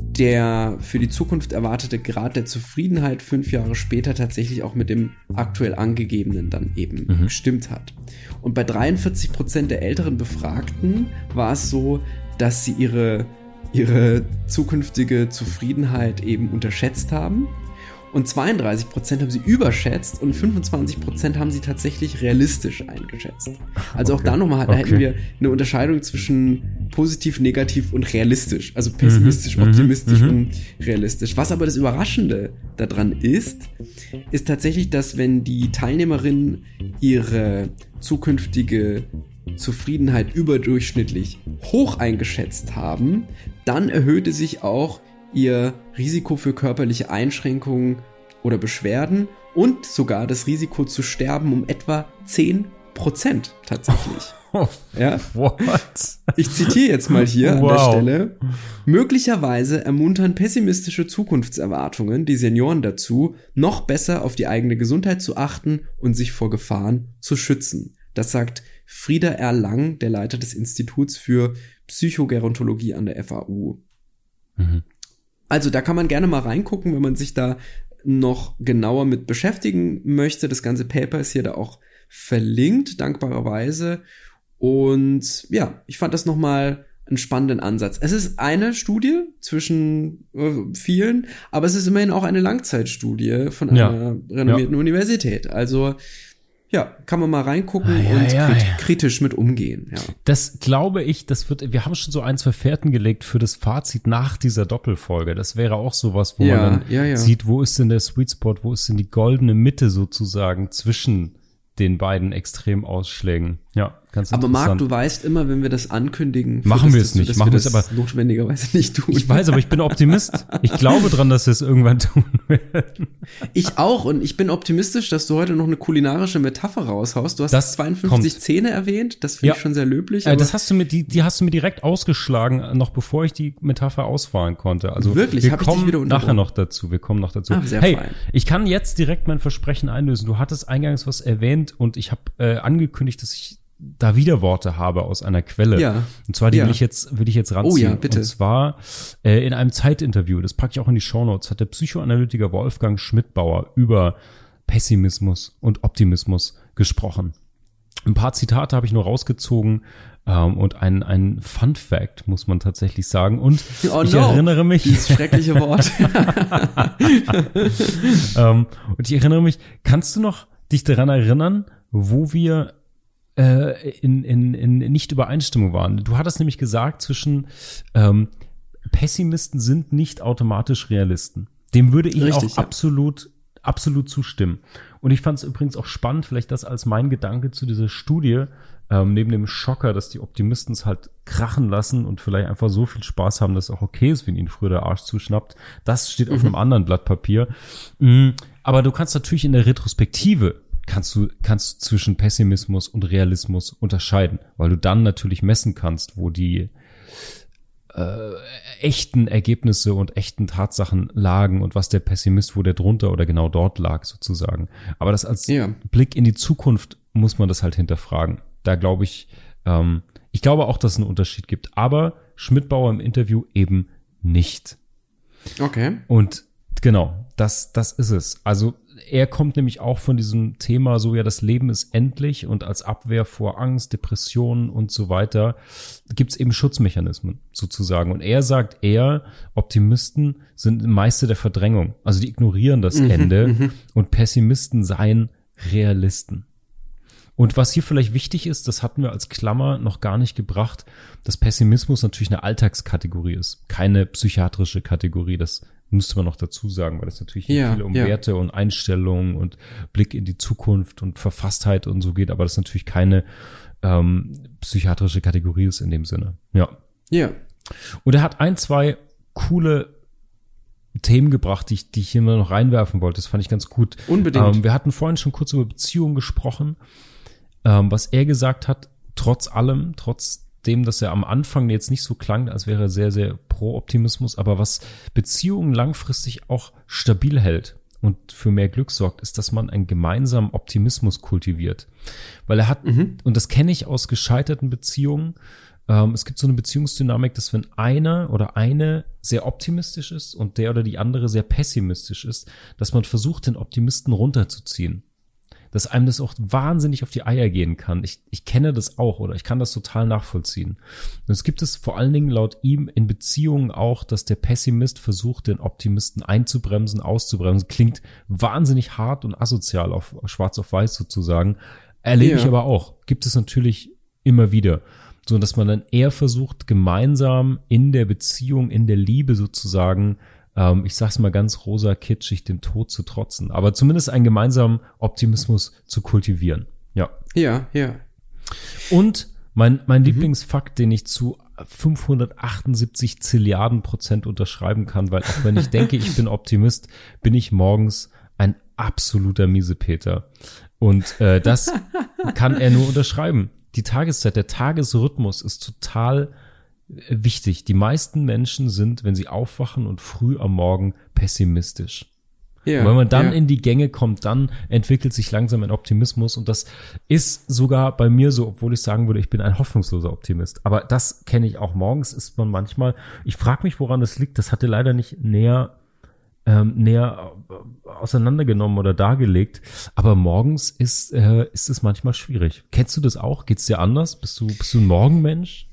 A: der für die Zukunft erwartete Grad der Zufriedenheit fünf Jahre später tatsächlich auch mit dem aktuell angegebenen dann eben mhm. gestimmt hat. Und bei dreiundvierzig Prozent der älteren Befragten war es so, dass sie ihre, ihre zukünftige Zufriedenheit eben unterschätzt haben. Und zweiunddreißig Prozent haben sie überschätzt und fünfundzwanzig Prozent haben sie tatsächlich realistisch eingeschätzt. Also okay. auch da nochmal, da okay. hätten wir eine Unterscheidung zwischen positiv, negativ und realistisch. Also pessimistisch, mhm. optimistisch mhm. und realistisch. Was aber das Überraschende daran ist, ist tatsächlich, dass wenn die Teilnehmerinnen ihre zukünftige Zufriedenheit überdurchschnittlich hoch eingeschätzt haben, dann erhöhte sich auch ihr Risiko für körperliche Einschränkungen oder Beschwerden und sogar das Risiko zu sterben um etwa zehn Prozent tatsächlich.
B: Oh,
A: ja?
B: What?
A: Ich zitiere jetzt mal hier wow. an der Stelle. Möglicherweise ermuntern pessimistische Zukunftserwartungen die Senioren dazu, noch besser auf die eigene Gesundheit zu achten und sich vor Gefahren zu schützen. Das sagt Frieda R. Lang, der Leiter des Instituts für Psychogerontologie an der F A U. Mhm. Also da kann man gerne mal reingucken, wenn man sich da noch genauer mit beschäftigen möchte. Das ganze Paper ist hier da auch verlinkt, dankbarerweise. Und ja, ich fand das nochmal einen spannenden Ansatz. Es ist eine Studie zwischen äh, vielen, aber es ist immerhin auch eine Langzeitstudie von einer ja. renommierten ja. Universität. Also ja, kann man mal reingucken ah, ja, und ja, krit- ja. kritisch mit umgehen. Ja.
B: Das glaube ich, das wird, wir haben schon so ein, zwei Fährten gelegt für das Fazit nach dieser Doppelfolge. Das wäre auch sowas, wo ja, man dann ja, ja. sieht, wo ist denn der Sweet Spot, wo ist denn die goldene Mitte sozusagen zwischen den beiden Extremausschlägen. Ja, ganz
A: Aber
B: interessant.
A: Marc, du weißt immer, wenn wir das ankündigen,
B: machen wir es
A: dazu,
B: nicht,
A: dass
B: machen
A: wir
B: wir es
A: das
B: aber
A: notwendigerweise nicht tun.
B: Ich weiß, aber ich bin Optimist. Ich glaube dran, dass wir es irgendwann tun werden.
A: Ich auch, und ich bin optimistisch, dass du heute noch eine kulinarische Metapher raushaust. Du hast
B: Das
A: zweiundfünfzig
B: kommt.
A: Zähne erwähnt, das finde
B: Ja.
A: ich schon sehr löblich.
B: Äh,
A: aber
B: das hast du mir, die, die hast du mir direkt ausgeschlagen, noch bevor ich die Metapher ausfahren konnte. Also
A: Wirklich?
B: wir
A: Hab ich dich
B: kommen
A: wieder unterbrochen?
B: nachher noch dazu. Wir kommen noch dazu.
A: Ah, sehr
B: hey,
A: fein.
B: ich kann jetzt direkt mein Versprechen einlösen. Du hattest eingangs was erwähnt und ich habe äh, angekündigt, dass ich da Widerworte habe aus einer Quelle.
A: Ja.
B: Und zwar die
A: Ja.
B: will ich jetzt will ich jetzt ranziehen.
A: Oh ja, bitte.
B: Und zwar äh, in einem Zeitinterview, das packe ich auch in die Shownotes, hat der Psychoanalytiker Wolfgang Schmidbauer über Pessimismus und Optimismus gesprochen. Ein paar Zitate habe ich nur rausgezogen ähm, und ein ein Fun Fact, muss man tatsächlich sagen. Und
A: Oh
B: ich
A: no,
B: erinnere mich,
A: dieses schreckliche Wort.
B: ähm, und ich erinnere mich, kannst du noch dich daran erinnern, wo wir äh, in, in, in Nicht-Übereinstimmung waren? Du hattest nämlich gesagt, zwischen ähm, Pessimisten sind nicht automatisch Realisten. Dem würde ich
A: Richtig,
B: auch
A: ja.
B: absolut absolut zustimmen. Und ich fand es übrigens auch spannend, vielleicht das als mein Gedanke zu dieser Studie, ähm, neben dem Schocker, dass die Optimisten es halt krachen lassen und vielleicht einfach so viel Spaß haben, dass es auch okay ist, wenn ihnen früher der Arsch zuschnappt. Das steht auf
A: Mhm.
B: einem anderen Blatt Papier. Mhm. Aber du kannst natürlich in der Retrospektive kannst du, kannst du zwischen Pessimismus und Realismus unterscheiden, weil du dann natürlich messen kannst, wo die äh, echten Ergebnisse und echten Tatsachen lagen und was der Pessimist, wo der drunter oder genau dort lag sozusagen. Aber das als
A: Ja.
B: Blick in die Zukunft muss man das halt hinterfragen. Da glaube ich, ähm, ich glaube auch, dass es einen Unterschied gibt. Aber Schmidbauer im Interview eben nicht.
A: Okay.
B: Und genau, das, das ist es. Also er kommt nämlich auch von diesem Thema, so ja, das Leben ist endlich und als Abwehr vor Angst, Depressionen und so weiter gibt es eben Schutzmechanismen sozusagen. Und er sagt, er, Optimisten sind Meister der Verdrängung. Also die ignorieren das
A: Mhm,
B: Ende
A: mhm.
B: und Pessimisten seien Realisten. Und was hier vielleicht wichtig ist, das hatten wir als Klammer noch gar nicht gebracht, dass Pessimismus natürlich eine Alltagskategorie ist, keine psychiatrische Kategorie. Das müsste man noch dazu sagen, weil es natürlich hier
A: Ja,
B: viel um
A: ja.
B: Werte und Einstellungen und Blick in die Zukunft und Verfasstheit und so geht, aber das natürlich keine ähm, psychiatrische Kategorie ist in dem Sinne. Ja.
A: Ja.
B: Und er hat ein, zwei coole Themen gebracht, die ich, die ich hier mal noch reinwerfen wollte. Das fand ich ganz gut.
A: Unbedingt.
B: Ähm, wir hatten vorhin schon kurz über Beziehungen gesprochen. Ähm, was er gesagt hat, trotz allem, trotzdem, dass er am Anfang jetzt nicht so klang, als wäre er sehr, sehr pro Optimismus, aber was Beziehungen langfristig auch stabil hält und für mehr Glück sorgt, ist, dass man einen gemeinsamen Optimismus kultiviert. Weil er hat,
A: Mhm.
B: und das kenne ich aus gescheiterten Beziehungen, ähm, es gibt so eine Beziehungsdynamik, dass wenn einer oder eine sehr optimistisch ist und der oder die andere sehr pessimistisch ist, dass man versucht, den Optimisten runterzuziehen. Dass einem das auch wahnsinnig auf die Eier gehen kann. Ich, ich kenne das auch oder ich kann das total nachvollziehen. Und es gibt es vor allen Dingen laut ihm in Beziehungen auch, dass der Pessimist versucht, den Optimisten einzubremsen, auszubremsen. Klingt wahnsinnig hart und asozial auf schwarz auf weiß sozusagen. Erlebe
A: Ja.
B: ich aber auch. Gibt es natürlich immer wieder. So, dass man dann eher versucht, gemeinsam in der Beziehung, in der Liebe sozusagen, ähm, ich sag's mal ganz rosa kitschig, dem Tod zu trotzen. Aber zumindest einen gemeinsamen Optimismus zu kultivieren. Ja.
A: Ja, ja.
B: Und mein, mein Lieblingsfakt, den ich zu fünfhundertachtundsiebzig Zilliarden Prozent unterschreiben kann, weil auch wenn ich denke, ich bin Optimist, bin ich morgens ein absoluter Miesepeter. Und äh, das kann er nur unterschreiben. Die Tageszeit, der Tagesrhythmus ist total äh, wichtig. Die meisten Menschen sind, wenn sie aufwachen und früh am Morgen, pessimistisch.
A: Ja,
B: Und wenn man dann
A: ja.
B: in die Gänge kommt, dann entwickelt sich langsam ein Optimismus und das ist sogar bei mir so, obwohl ich sagen würde, ich bin ein hoffnungsloser Optimist. Aber das kenne ich auch. Morgens ist man manchmal, ich frage mich, woran das liegt. Das hatte leider nicht näher ähm, näher äh, auseinandergenommen oder dargelegt. Aber morgens ist äh, ist es manchmal schwierig. Kennst du das auch? Geht's dir anders? Bist du bist du ein Morgenmensch?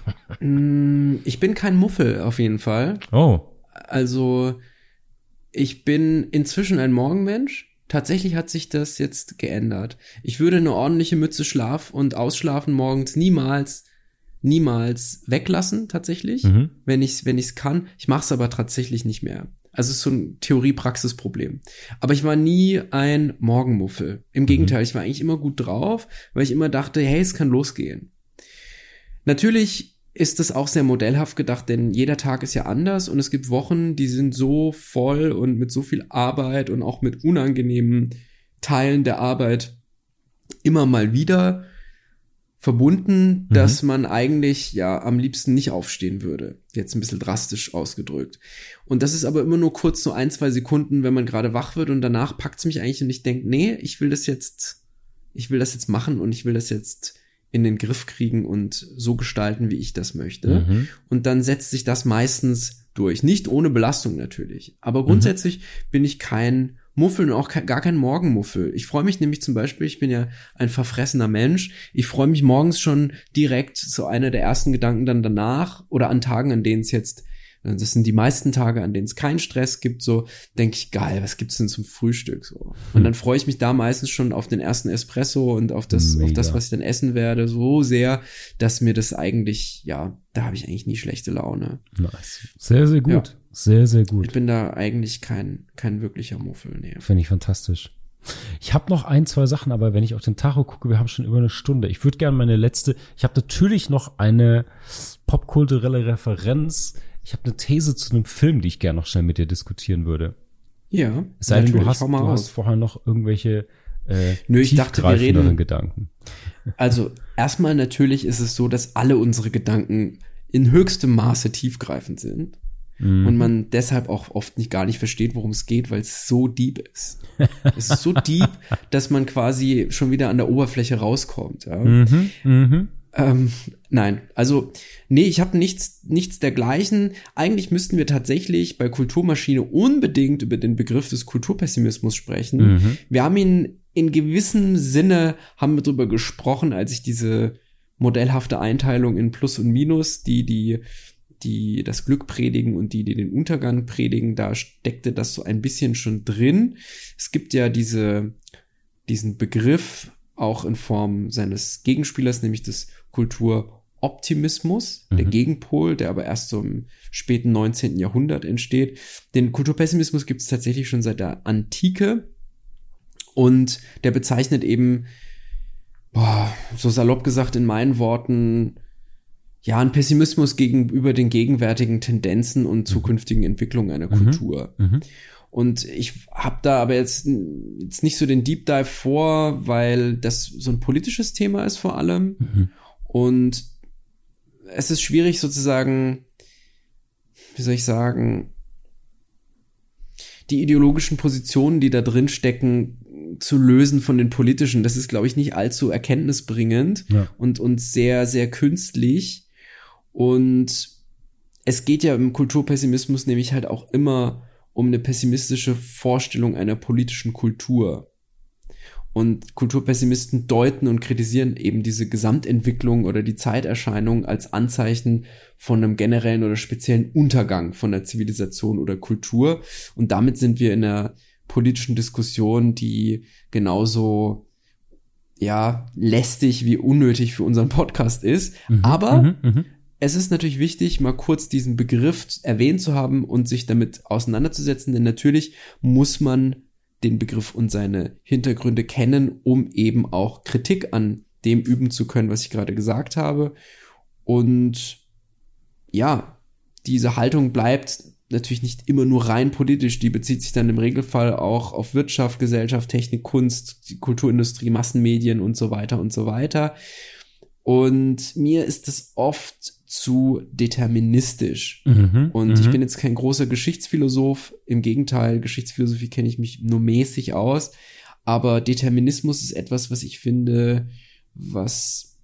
A: Mm, Ich bin kein Muffel auf jeden Fall.
B: Oh,
A: Also ich bin inzwischen ein Morgenmensch. Tatsächlich hat sich das jetzt geändert. Ich würde eine ordentliche Mütze Schlaf und Ausschlafen morgens niemals, niemals weglassen, tatsächlich,
B: Mhm.
A: wenn ich's, wenn ich's kann. Ich mache es aber tatsächlich nicht mehr. Also es ist so ein Theorie-Praxis-Problem. Aber ich war nie ein Morgenmuffel. Im Gegenteil, mhm. ich war eigentlich immer gut drauf, weil ich immer dachte, hey, es kann losgehen. Natürlich ist das auch sehr modellhaft gedacht, denn jeder Tag ist ja anders und es gibt Wochen, die sind so voll und mit so viel Arbeit und auch mit unangenehmen Teilen der Arbeit immer mal wieder verbunden, mhm. dass man eigentlich ja am liebsten nicht aufstehen würde. Jetzt ein bisschen drastisch ausgedrückt. Und das ist aber immer nur kurz, so ein, zwei Sekunden, wenn man gerade wach wird und danach packt's mich eigentlich und ich denke, nee, ich will das jetzt, ich will das jetzt machen und ich will das jetzt in den Griff kriegen und so gestalten, wie ich das möchte. Mhm. Und dann setzt sich das meistens durch. Nicht ohne Belastung natürlich. Aber grundsätzlich mhm. bin ich kein Muffel und auch ke- gar kein Morgenmuffel. Ich freue mich nämlich zum Beispiel, ich bin ja ein verfressener Mensch, ich freue mich morgens schon direkt, so einer der ersten Gedanken dann danach oder an Tagen, an denen es jetzt, das sind die meisten Tage, an denen es keinen Stress gibt, so denke ich, geil, was gibt's denn zum Frühstück? So. Und dann freue ich mich da meistens schon auf den ersten Espresso und auf das, auf das, was ich dann essen werde, so sehr, dass mir das eigentlich, ja, da habe ich eigentlich nie schlechte Laune.
B: Nice. Sehr, sehr gut. Ja. Sehr, sehr gut.
A: Ich bin da eigentlich kein, kein wirklicher Muffel, nee.
B: Finde ich fantastisch. Ich habe noch ein, zwei Sachen, aber wenn ich auf den Tacho gucke, wir haben schon über eine Stunde. Ich würde gerne meine letzte, ich habe natürlich noch eine popkulturelle Referenz. Ich habe eine These zu einem Film, die ich gerne noch schnell mit dir diskutieren würde.
A: Ja,
B: es sei denn, du hast, du hast vorher noch irgendwelche äh,
A: Nö, ich dachte, wir reden
B: Gedanken.
A: Also erstmal natürlich ist es so, dass alle unsere Gedanken in höchstem Maße tiefgreifend sind. Mhm. Und man deshalb auch oft nicht gar nicht versteht, worum es geht, weil es so deep ist. Es ist so deep, dass man quasi schon wieder an der Oberfläche rauskommt. Ja.
B: Mhm, mhm.
A: Ähm, nein, also nee, ich habe nichts nichts dergleichen. Eigentlich müssten wir tatsächlich bei Kulturmaschine unbedingt über den Begriff des Kulturpessimismus sprechen. Mhm. Wir haben ihn in gewissem Sinne, haben wir drüber gesprochen, als ich diese modellhafte Einteilung in Plus und Minus, die die die das Glück predigen und die, die den Untergang predigen, da steckte das so ein bisschen schon drin. Es gibt ja diese diesen Begriff auch in Form seines Gegenspielers, nämlich des Kulturoptimismus, mhm. der Gegenpol, der aber erst so im späten neunzehnten Jahrhundert entsteht. Den Kulturpessimismus gibt es tatsächlich schon seit der Antike und der bezeichnet eben, boah, so salopp gesagt in meinen Worten, ja, ein Pessimismus gegenüber den gegenwärtigen Tendenzen und zukünftigen Entwicklungen einer mhm. Kultur. Mhm. Und ich habe da aber jetzt, jetzt nicht so den Deep Dive vor, weil das so ein politisches Thema ist vor allem. Mhm. Und es ist schwierig sozusagen, wie soll ich sagen, die ideologischen Positionen, die da drin stecken, zu lösen von den politischen. Das ist, glaube ich, nicht allzu erkenntnisbringend ja. und, und sehr, sehr künstlich. Und es geht ja im Kulturpessimismus nämlich halt auch immer um eine pessimistische Vorstellung einer politischen Kultur. Und Kulturpessimisten deuten und kritisieren eben diese Gesamtentwicklung oder die Zeiterscheinung als Anzeichen von einem generellen oder speziellen Untergang von der Zivilisation oder Kultur. Und damit sind wir in einer politischen Diskussion, die genauso ja lästig wie unnötig für unseren Podcast ist. Mhm, Aber mhm, mhm. es ist natürlich wichtig, mal kurz diesen Begriff erwähnt zu haben und sich damit auseinanderzusetzen, denn natürlich muss man den Begriff und seine Hintergründe kennen, um eben auch Kritik an dem üben zu können, was ich gerade gesagt habe. Und ja, diese Haltung bleibt natürlich nicht immer nur rein politisch, die bezieht sich dann im Regelfall auch auf Wirtschaft, Gesellschaft, Technik, Kunst, Kulturindustrie, Massenmedien und so weiter und so weiter. Und mir ist das oft zu deterministisch. Mhm, und mhm. ich bin jetzt kein großer Geschichtsphilosoph. Im Gegenteil, Geschichtsphilosophie kenne ich mich nur mäßig aus. Aber Determinismus ist etwas, was ich finde, was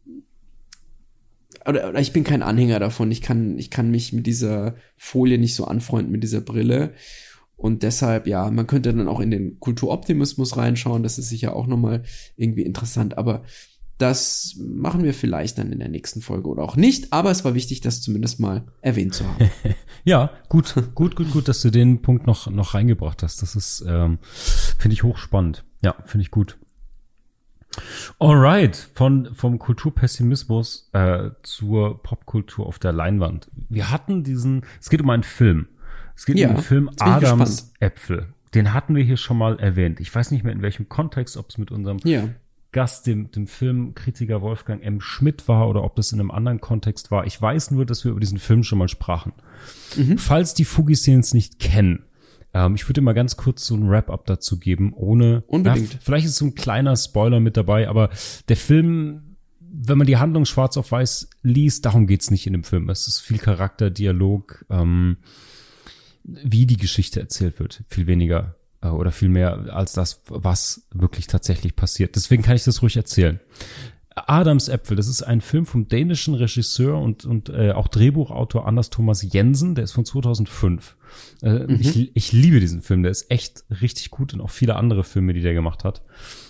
A: oder, oder ich bin kein Anhänger davon. Ich kann, ich kann mich mit dieser Folie nicht so anfreunden, mit dieser Brille. Und deshalb, ja, man könnte dann auch in den Kulturoptimismus reinschauen. Das ist sicher auch nochmal irgendwie interessant. Aber das machen wir vielleicht dann in der nächsten Folge oder auch nicht. Aber es war wichtig, das zumindest mal erwähnt zu haben.
B: Ja, gut, gut, gut, gut, dass du den Punkt noch noch reingebracht hast. Das ist, ähm, finde ich hochspannend. Ja, finde ich gut. Alright, von vom Kulturpessimismus äh, zur Popkultur auf der Leinwand. Wir hatten diesen, es geht um einen Film. Es geht
A: Ja,
B: um den Film
A: jetzt bin ich
B: Adams
A: gespannt.
B: Äpfel. Den hatten wir hier schon mal erwähnt. Ich weiß nicht mehr in welchem Kontext, ob es mit unserem
A: Ja.
B: Gast, dem, dem Filmkritiker Wolfgang M. Schmidt war oder ob das in einem anderen Kontext war. Ich weiß nur, dass wir über diesen Film schon mal sprachen. Mhm. Falls die Fugis nicht kennen, ähm, ich würde mal ganz kurz so ein Wrap-up dazu geben, ohne
A: Unbedingt.
B: Ja, vielleicht ist so ein kleiner Spoiler mit dabei, aber der Film, wenn man die Handlung schwarz auf weiß liest, darum geht's nicht in dem Film. Es ist viel Charakter, Dialog, ähm, wie die Geschichte erzählt wird, viel weniger äh, oder viel mehr als das, was wirklich tatsächlich passiert. Deswegen kann ich das ruhig erzählen. Adams Äpfel, das ist ein Film vom dänischen Regisseur und und äh, auch Drehbuchautor Anders Thomas Jensen, der ist von zweitausendfünf. Äh, mhm. ich, ich liebe diesen Film, der ist echt richtig gut und auch viele andere Filme, die der gemacht hat.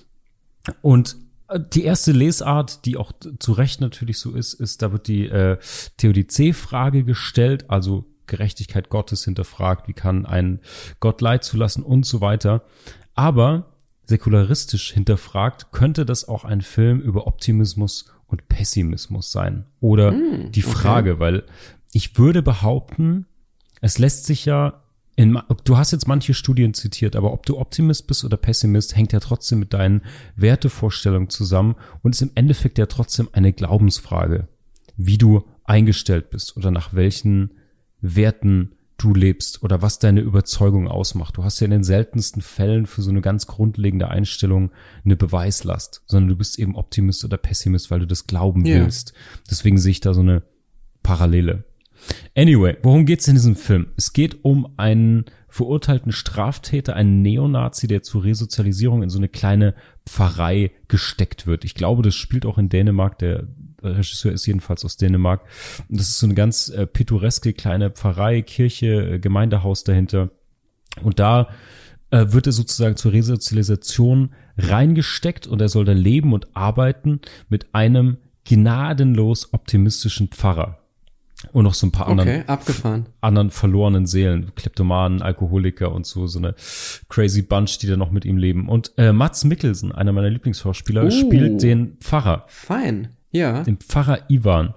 B: Und die erste Lesart, die auch zu Recht natürlich so ist, ist, da wird die äh, Theodizee-Frage gestellt, also Gerechtigkeit Gottes hinterfragt, wie kann ein Gott Leid zulassen und so weiter. Aber säkularistisch hinterfragt, könnte das auch ein Film über Optimismus und Pessimismus sein? Oder mm, die Frage, okay. Weil ich würde behaupten, es lässt sich ja, in, du hast jetzt manche Studien zitiert, aber ob du Optimist bist oder Pessimist, hängt ja trotzdem mit deinen Wertevorstellungen zusammen und ist im Endeffekt ja trotzdem eine Glaubensfrage, wie du eingestellt bist oder nach welchen Werten du lebst oder was deine Überzeugung ausmacht. Du hast ja in den seltensten Fällen für so eine ganz grundlegende Einstellung eine Beweislast, sondern du bist eben Optimist oder Pessimist, weil du das glauben yeah. willst. Deswegen sehe ich da so eine Parallele. Anyway, worum geht's in diesem Film? Es geht um einen verurteilten Straftäter, einen Neonazi, der zur Resozialisierung in so eine kleine Pfarrei gesteckt wird. Ich glaube, das spielt auch in Dänemark. Der Regisseur ist jedenfalls aus Dänemark. Und das ist so eine ganz äh, pittoreske kleine Pfarrei, Kirche, äh, Gemeindehaus dahinter. Und da äh, wird er sozusagen zur Resozialisation reingesteckt und er soll da leben und arbeiten mit einem gnadenlos optimistischen Pfarrer. Und noch so ein paar
A: okay,
B: anderen,
A: abgefahren.
B: anderen verlorenen Seelen, Kleptomanen, Alkoholiker und so, so eine crazy Bunch, die da noch mit ihm leben. Und äh, Mads Mikkelsen, einer meiner Lieblingsschauspieler, uh, spielt den Pfarrer.
A: Fein, ja.
B: Den Pfarrer Ivan.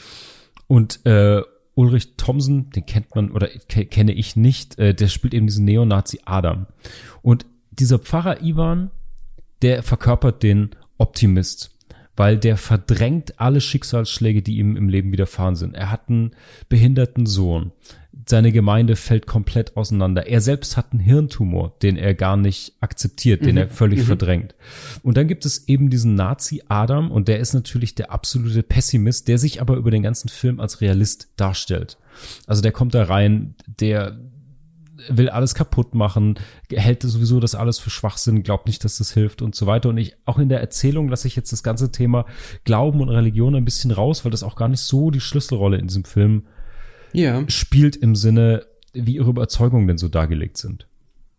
B: Und äh, Ulrich Thomsen, den kennt man oder ke- kenne ich nicht, äh, der spielt eben diesen Neonazi Adam. Und dieser Pfarrer Ivan, der verkörpert den Optimist, weil der verdrängt alle Schicksalsschläge, die ihm im Leben widerfahren sind. Er hat einen behinderten Sohn. Seine Gemeinde fällt komplett auseinander. Er selbst hat einen Hirntumor, den er gar nicht akzeptiert, den mhm. er völlig mhm. verdrängt. Und dann gibt es eben diesen Nazi Adam und der ist natürlich der absolute Pessimist, der sich aber über den ganzen Film als Realist darstellt. Also der kommt da rein, der will alles kaputt machen, hält sowieso das alles für Schwachsinn, glaubt nicht, dass das hilft und so weiter. Und ich, auch in der Erzählung lasse ich jetzt das ganze Thema Glauben und Religion ein bisschen raus, weil das auch gar nicht so die Schlüsselrolle in diesem Film ja. spielt im Sinne, wie ihre Überzeugungen denn so dargelegt sind.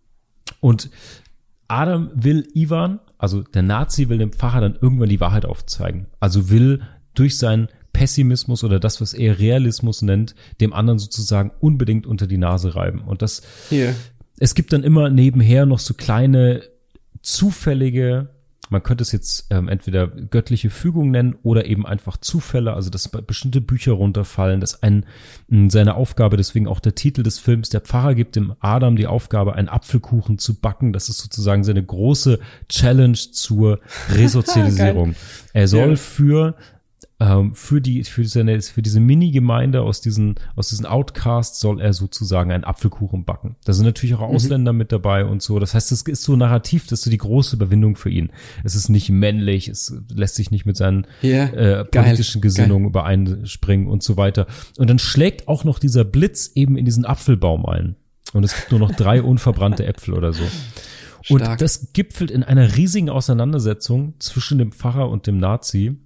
B: Und Adam will Ivan, also der Nazi will dem Pfarrer dann irgendwann die Wahrheit aufzeigen. Also will durch seinen Pessimismus oder das, was er Realismus nennt, dem anderen sozusagen unbedingt unter die Nase reiben. Und das, yeah. es gibt dann immer nebenher noch so kleine zufällige, man könnte es jetzt ähm, entweder göttliche Fügung nennen oder eben einfach Zufälle, also dass bestimmte Bücher runterfallen, dass ein seine Aufgabe, deswegen auch der Titel des Films, der Pfarrer gibt dem Adam die Aufgabe, einen Apfelkuchen zu backen. Das ist sozusagen seine große Challenge zur Resozialisierung. Er soll ja. für Ähm, für die, für seine, für diese Mini-Gemeinde aus diesen, aus diesen Outcasts soll er sozusagen einen Apfelkuchen backen. Da sind natürlich auch Ausländer mhm. mit dabei und so. Das heißt, es ist so narrativ, das ist so die große Überwindung für ihn. Es ist nicht männlich, es lässt sich nicht mit seinen yeah. äh, politischen Geil. Gesinnungen Geil. übereinspringen und so weiter. Und dann schlägt auch noch dieser Blitz eben in diesen Apfelbaum ein. Und es gibt nur noch drei unverbrannte Äpfel oder so. Und Stark. Das gipfelt in einer riesigen Auseinandersetzung zwischen dem Pfarrer und dem Nazi.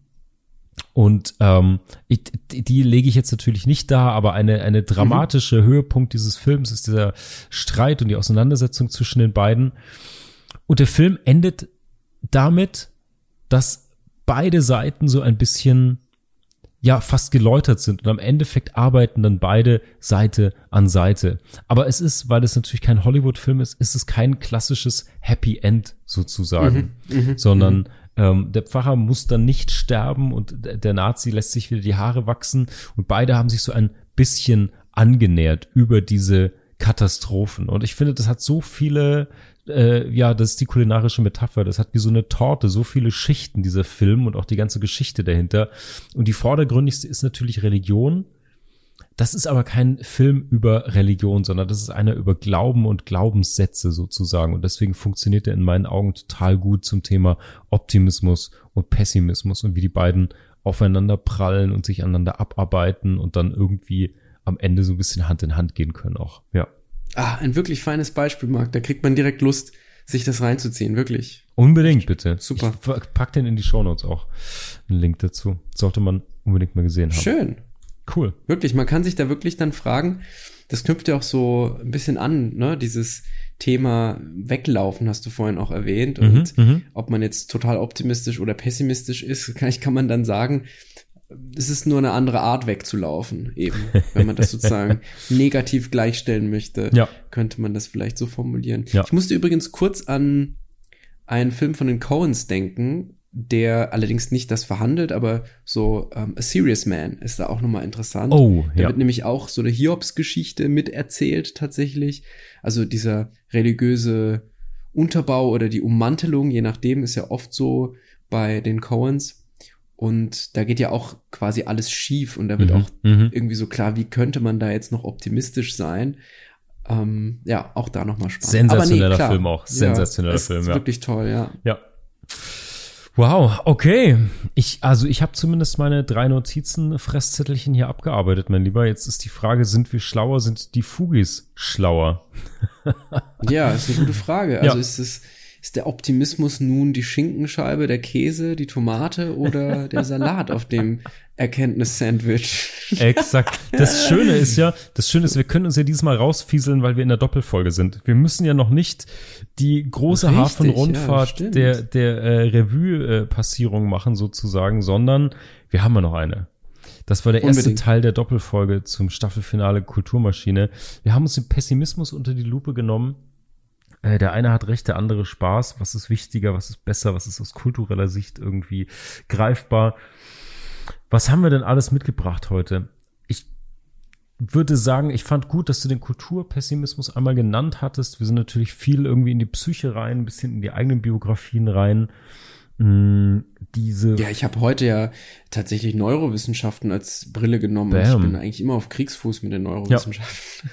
B: Und ähm, ich, die, die lege ich jetzt natürlich nicht da, aber eine eine dramatische mhm. Höhepunkt dieses Films ist dieser Streit und die Auseinandersetzung zwischen den beiden. Und der Film endet damit, dass beide Seiten so ein bisschen ja fast geläutert sind und am Endeffekt arbeiten dann beide Seite an Seite. Aber es ist, weil es natürlich kein Hollywood-Film ist, ist es kein klassisches Happy End sozusagen, mhm. Mhm. sondern mhm. Ähm, der Pfarrer muss dann nicht sterben und der Nazi lässt sich wieder die Haare wachsen und beide haben sich so ein bisschen angenähert über diese Katastrophen. Und ich finde, das hat so viele, äh, ja, das ist die kulinarische Metapher, das hat wie so eine Torte, so viele Schichten, dieser Film und auch die ganze Geschichte dahinter. Und die vordergründigste ist natürlich Religion. Das ist aber kein Film über Religion, sondern das ist einer über Glauben und Glaubenssätze sozusagen. Und deswegen funktioniert er in meinen Augen total gut zum Thema Optimismus und Pessimismus und wie die beiden aufeinander prallen und sich aneinander abarbeiten und dann irgendwie am Ende so ein bisschen Hand in Hand gehen können auch. Ja.
A: Ah, ein wirklich feines Beispiel, Marc. Da kriegt man direkt Lust, sich das reinzuziehen, wirklich.
B: Unbedingt, bitte.
A: Super.
B: Ich pack den in die Shownotes auch. Einen Link dazu. Sollte man unbedingt mal gesehen haben.
A: Schön.
B: Cool.
A: Wirklich, man kann sich da wirklich dann fragen, das knüpft ja auch so ein bisschen an, ne, dieses Thema Weglaufen hast du vorhin auch erwähnt und
B: mhm,
A: ob man jetzt total optimistisch oder pessimistisch ist, kann, kann man dann sagen, es ist nur eine andere Art wegzulaufen eben, wenn man das sozusagen negativ gleichstellen möchte,
B: ja.
A: könnte man das vielleicht so formulieren.
B: Ja.
A: Ich musste übrigens kurz an einen Film von den Coens denken, der allerdings nicht das verhandelt, aber so um, A Serious Man ist da auch nochmal interessant.
B: Oh,
A: da
B: ja.
A: wird nämlich auch so eine Hiobs-Geschichte miterzählt tatsächlich. Also dieser religiöse Unterbau oder die Ummantelung, je nachdem, ist ja oft so bei den Coens. Und da geht ja auch quasi alles schief und da wird
B: mhm,
A: auch
B: mhm.
A: irgendwie so klar, wie könnte man da jetzt noch optimistisch sein? Ähm, ja, auch da nochmal spannend.
B: Sensationeller
A: Aber nee, klar.
B: Film auch. Sensationeller
A: ja, ist
B: Film, ja.
A: Wirklich toll, ja.
B: Ja. Wow, okay. Ich, also ich habe zumindest meine drei Notizen, Fresszettelchen hier abgearbeitet, mein Lieber. Jetzt ist die Frage, sind wir schlauer, sind die Fugis schlauer?
A: Ja, ist eine gute Frage. Also
B: ja.
A: ist es, ist der Optimismus nun die Schinkenscheibe, der Käse, die Tomate oder der Salat auf dem Erkenntnis-Sandwich?
B: Exakt. Das Schöne ist ja, das Schöne ist, wir können uns ja dieses Mal rausfieseln, weil wir in der Doppelfolge sind. Wir müssen ja noch nicht die große
A: Richtig,
B: Hafenrundfahrt
A: ja,
B: der, der äh, Revue-Passierung machen sozusagen, sondern wir haben ja noch eine. Das war der erste
A: Unbedingt.
B: Teil der Doppelfolge zum Staffelfinale Kulturmaschine. Wir haben uns den Pessimismus unter die Lupe genommen. Äh, der eine hat recht, der andere Spaß. Was ist wichtiger, was ist besser, was ist aus kultureller Sicht irgendwie greifbar? Was haben wir denn alles mitgebracht heute? Ich würde sagen, ich fand gut, dass du den Kulturpessimismus einmal genannt hattest. Wir sind natürlich viel irgendwie in die Psyche rein, ein bisschen in die eigenen Biografien rein. Hm, diese
A: Ja, ich habe heute ja tatsächlich Neurowissenschaften als Brille genommen. Und
B: Bam.
A: ich bin eigentlich immer auf Kriegsfuß mit den Neurowissenschaften.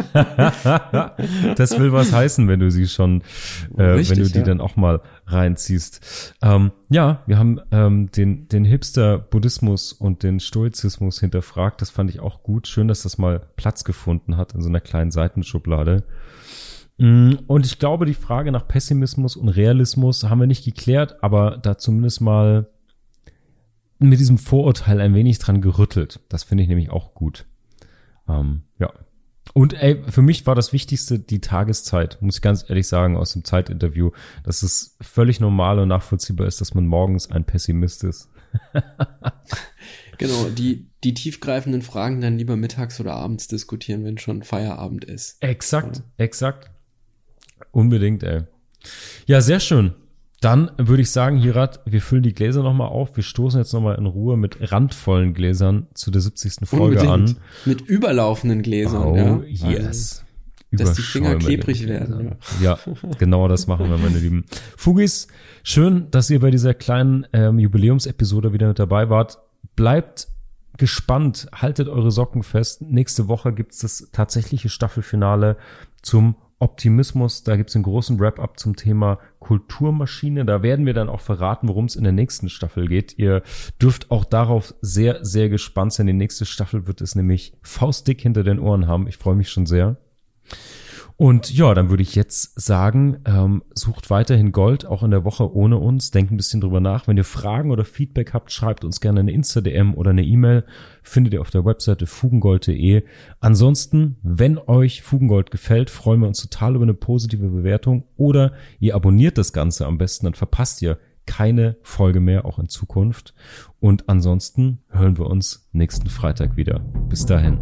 B: Das will was heißen, wenn du sie schon, äh,
A: Richtig,
B: wenn du die
A: ja.
B: dann auch mal reinziehst. Ähm, ja, wir haben ähm, den den Hipster-Buddhismus und den Stoizismus hinterfragt. Das fand ich auch gut. Schön, dass das mal Platz gefunden hat in so einer kleinen Seitenschublade. Und ich glaube, die Frage nach Pessimismus und Realismus haben wir nicht geklärt, aber da zumindest mal mit diesem Vorurteil ein wenig dran gerüttelt. Das finde ich nämlich auch gut. Ähm, ja. Und ey, für mich war das Wichtigste die Tageszeit, muss ich ganz ehrlich sagen, aus dem Zeitinterview, dass es völlig normal und nachvollziehbar ist, dass man morgens ein Pessimist ist.
A: Genau, die, die tiefgreifenden Fragen dann lieber mittags oder abends diskutieren, wenn schon Feierabend ist.
B: Exakt, ja. exakt. Unbedingt, ey. Ja, sehr schön. Dann würde ich sagen, Hirat, wir füllen die Gläser nochmal auf. Wir stoßen jetzt nochmal in Ruhe mit randvollen Gläsern zu der siebzigsten Folge
A: Unbedingt.
B: an.
A: Mit überlaufenden Gläsern,
B: oh,
A: ja.
B: yes.
A: Also, dass die Finger
B: Überschäumende
A: klebrig werden.
B: Ja. ja, genau das machen wir, meine Lieben. Fugis, schön, dass ihr bei dieser kleinen ähm, Jubiläumsepisode wieder mit dabei wart. Bleibt gespannt, haltet eure Socken fest. Nächste Woche gibt's das tatsächliche Staffelfinale zum Optimismus. Da gibt's einen großen Wrap-up zum Thema Kulturmaschine. Da werden wir dann auch verraten, worum es in der nächsten Staffel geht. Ihr dürft auch darauf sehr, sehr gespannt sein. Die nächste Staffel wird es nämlich faustdick hinter den Ohren haben. Ich freue mich schon sehr. Und ja, dann würde ich jetzt sagen, ähm, sucht weiterhin Gold, auch in der Woche ohne uns. Denkt ein bisschen drüber nach. Wenn ihr Fragen oder Feedback habt, schreibt uns gerne eine Insta-D M oder eine E-Mail. Findet ihr auf der Webseite fugengold punkt de. Ansonsten, wenn euch Fugengold gefällt, freuen wir uns total über eine positive Bewertung. Oder ihr abonniert das Ganze am besten, dann verpasst ihr keine Folge mehr, auch in Zukunft. Und ansonsten hören wir uns nächsten Freitag wieder. Bis dahin.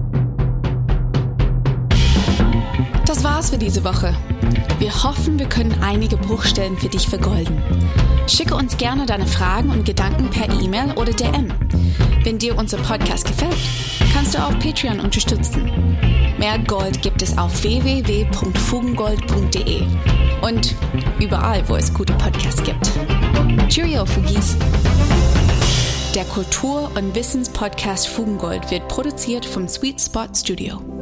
C: Das war's für diese Woche. Wir hoffen, wir können einige Bruchstellen für dich vergolden. Schicke uns gerne deine Fragen und Gedanken per E-Mail oder D M. Wenn dir unser Podcast gefällt, kannst du auch Patreon unterstützen. Mehr Gold gibt es auf w w w punkt fugengold punkt d e und überall, wo es gute Podcasts gibt. Cheerio, Fugis! Der Kultur- und Wissenspodcast Fugengold wird produziert vom Sweet Spot Studio.